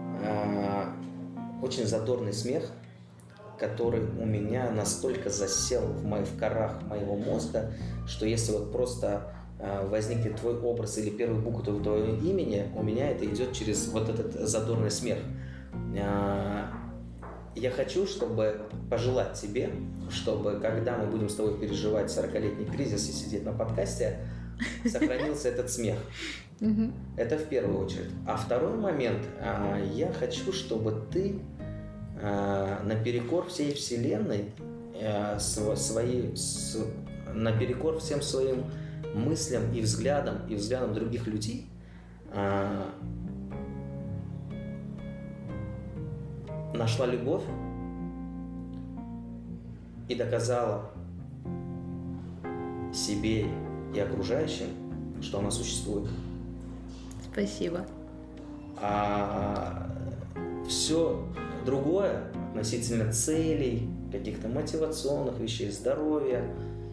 очень задорный смех, который у меня настолько засел в корах моего мозга, что если вот просто возникнет твой образ или первую букву твоего имени, у меня это идет через вот этот задорный смех. Я хочу, чтобы пожелать тебе, чтобы когда мы будем с тобой переживать 40-летний кризис и сидеть на подкасте, сохранился этот смех. Это в первую очередь. А второй момент, я хочу, чтобы ты наперекор всей вселенной, наперекор всем своим мыслям и взглядам других людей, нашла любовь и доказала себе и окружающим, что она существует. Спасибо. А все другое относительно целей, каких-то мотивационных вещей, здоровья,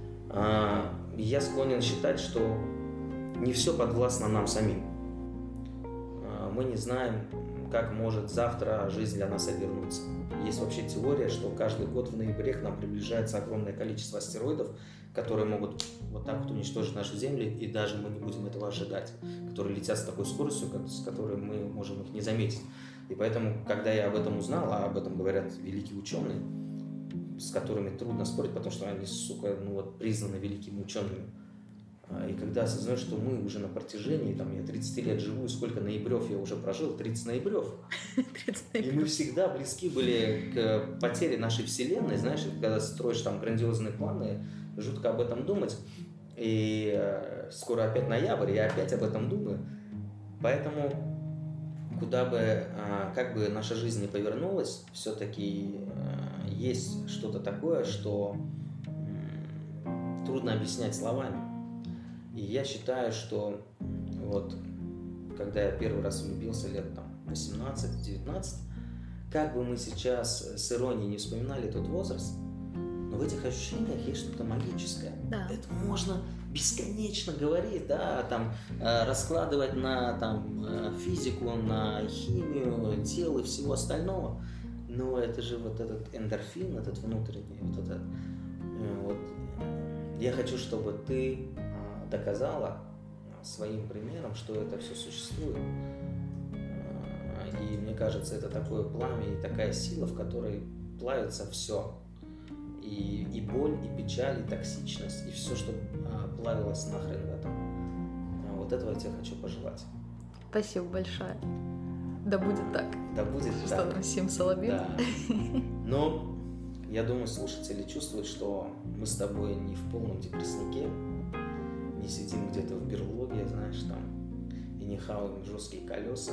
я склонен считать, что не все подвластно нам самим. Мы не знаем, как может завтра жизнь для нас обернуться. Есть вообще теория, что каждый год в ноябре к нам приближается огромное количество астероидов, которые могут вот так вот уничтожить нашу Землю, и даже мы не будем этого ожидать, которые летят с такой скоростью, с которой мы можем их не заметить. И поэтому, когда я об этом узнал, а об этом говорят великие ученые, с которыми трудно спорить, потому что они, сука, ну вот признаны великими учеными. И когда осознаешь, что мы уже на протяжении, там, я 30 лет живу, сколько ноябрев я уже прожил, 30 ноябрев. И мы всегда близки были к потере нашей вселенной, знаешь, когда строишь там грандиозные планы, жутко об этом думать. И скоро опять ноябрь, я опять об этом думаю. Поэтому, куда бы, как бы наша жизнь не повернулась, все-таки есть что-то такое, что трудно объяснять словами. И я считаю, что вот когда я первый раз влюбился лет там 18-19, как бы мы сейчас с иронией не вспоминали тот возраст, но в этих ощущениях есть что-то магическое. Да. Это можно бесконечно говорить, да, там, раскладывать на там, физику, на химию, тело и всего остального. Но это же вот этот эндорфин, этот внутренний, вот этот. Вот. Я хочу, чтобы ты доказала своим примером, что это все существует. И мне кажется, это такое пламя и такая сила, в которой плавится все. И боль, и печаль, и токсичность, и все, что плавилось нахрен в этом. Вот этого я тебе хочу пожелать. Спасибо большое. Да будет так. Да будет что так. Там Сим Соловьев. Да. Но я думаю, слушатели чувствуют, что мы с тобой не в полном депресснике, не сидим где-то в берлоге, знаешь, там, и не хаваем жесткие колеса.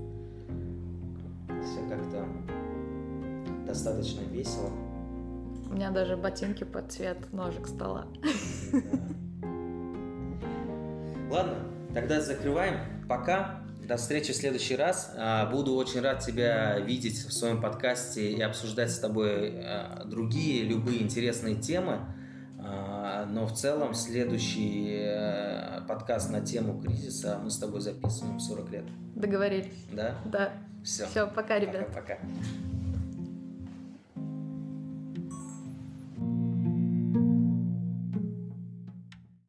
Все как-то достаточно весело. У меня даже ботинки под цвет ножек стола. Да. Ладно, тогда закрываем. Пока. До встречи в следующий раз. Буду очень рад тебя видеть в своем подкасте и обсуждать с тобой другие, любые интересные темы. Но в целом следующий подкаст на тему кризиса мы с тобой записываем 40 лет. Договорились. Да? Да. Все. Все, пока, ребят. Пока-пока.